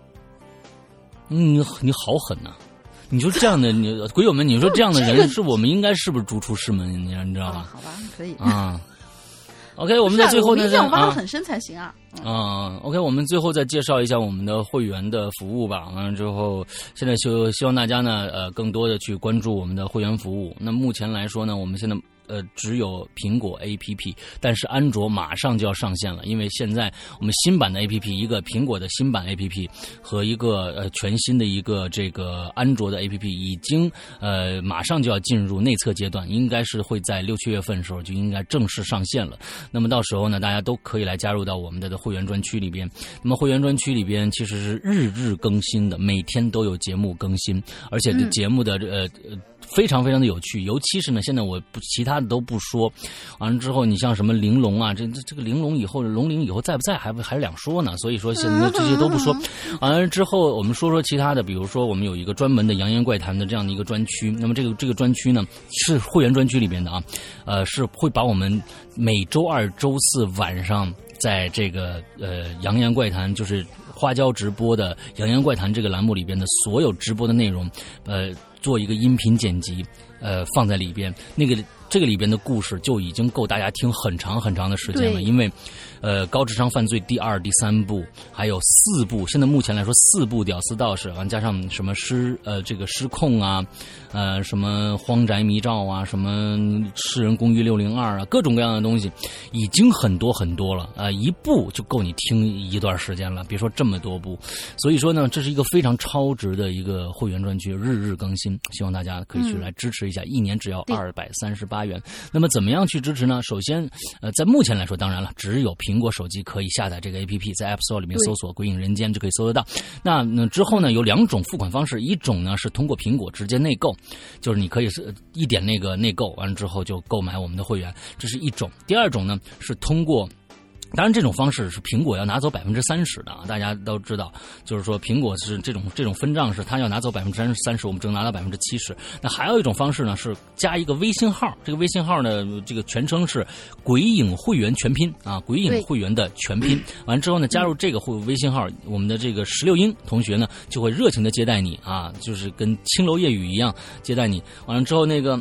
你好狠呐！你说这样的鬼友们，你说这样的人是我们应该是不是逐出师门？你知道吧？ 好吧，可以啊。OK， 我们在最后呢， 我挖得很深才行啊。 OK， 我们最后再介绍一下我们的会员的服务吧。完了之后，现在就希望大家呢，更多的去关注我们的会员服务。那目前来说呢，我们现在只有苹果 APP， 但是安卓马上就要上线了，因为现在我们新版的 APP， 一个苹果的新版 APP 和一个全新的一个这个安卓的 APP 已经马上就要进入内测阶段，应该是会在6、7月份的时候就应该正式上线了。那么到时候呢，大家都可以来加入到我们的会员专区里边。那么会员专区里边其实是日更新的，每天都有节目更新，而且这节目的非常非常的有趣，尤其是呢，现在我其他的都不说，完了之后，你像什么玲珑啊，这个玲珑以后龙陵以后在不在还是两说呢，所以说现在这些都不说。完了之后，我们说其他的，比如说我们有一个专门的扬言怪谈的这样的一个专区，那么这个专区呢是会员专区里边的啊，是会把我们每周2、周4晚上在这个扬言怪谈就是花椒直播的扬言怪谈这个栏目里边的所有直播的内容，做一个音频剪辑，放在里边。这个里边的故事就已经够大家听很长很长的时间了，因为高智商犯罪第2、第3部，还有4部，现在目前来说4部屌丝道士，完加上什么这个失控啊，什么荒宅迷照啊，什么世人公寓602啊，各种各样的东西，已经很多很多了一部就够你听一段时间了，别说这么多部。所以说呢，这是一个非常超值的一个会员专区，日更新，希望大家可以去来支持一下，一年只要238元。那么怎么样去支持呢？首先在目前来说，当然了，只有苹果手机可以下载这个 APP， 在 App Store 里面搜索鬼影人间就可以搜得到。那之后呢，有2种付款方式，一种呢是通过苹果直接内购，就是你可以一点那个内购完了之后就购买我们的会员，这是一种。第2种呢是通过，当然这种方式是苹果要拿走30%的啊，大家都知道，就是说苹果是这种分账是它要拿走30%，我们只能拿到70%。那还有一种方式呢是加一个微信号，这个微信号呢这个全称是鬼影会员全拼啊，鬼影会员的全拼。完之后呢，加入这个微信号，我们的这个16英同学呢就会热情的接待你啊，就是跟青楼夜雨一样接待你。完了之后那个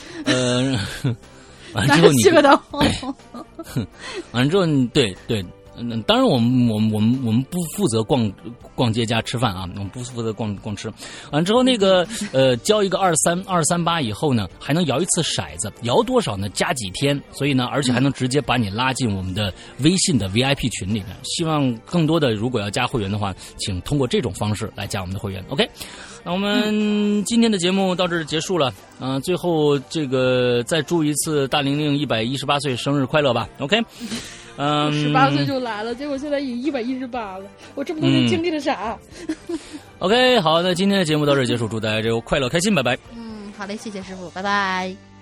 完了之后完了之后对，当然我们不负责逛街加吃饭啊，我们不负责逛吃。完了之后那个交一个238以后呢，还能摇一次骰子，摇多少呢？加几天，所以呢，而且还能直接把你拉进我们的微信的 VIP 群里面。希望更多的如果要加会员的话，请通过这种方式来加我们的会员。OK。那我们今天的节目到这儿结束了最后这个再祝一次大玲玲118岁生日快乐吧 OK 18岁就来了，结果现在已经118了，我这么多年经历了啥 ？OK， 好，那今天的节目到这儿结束，祝大家这个快乐开心，拜拜。 好嘞，谢谢师傅，拜拜。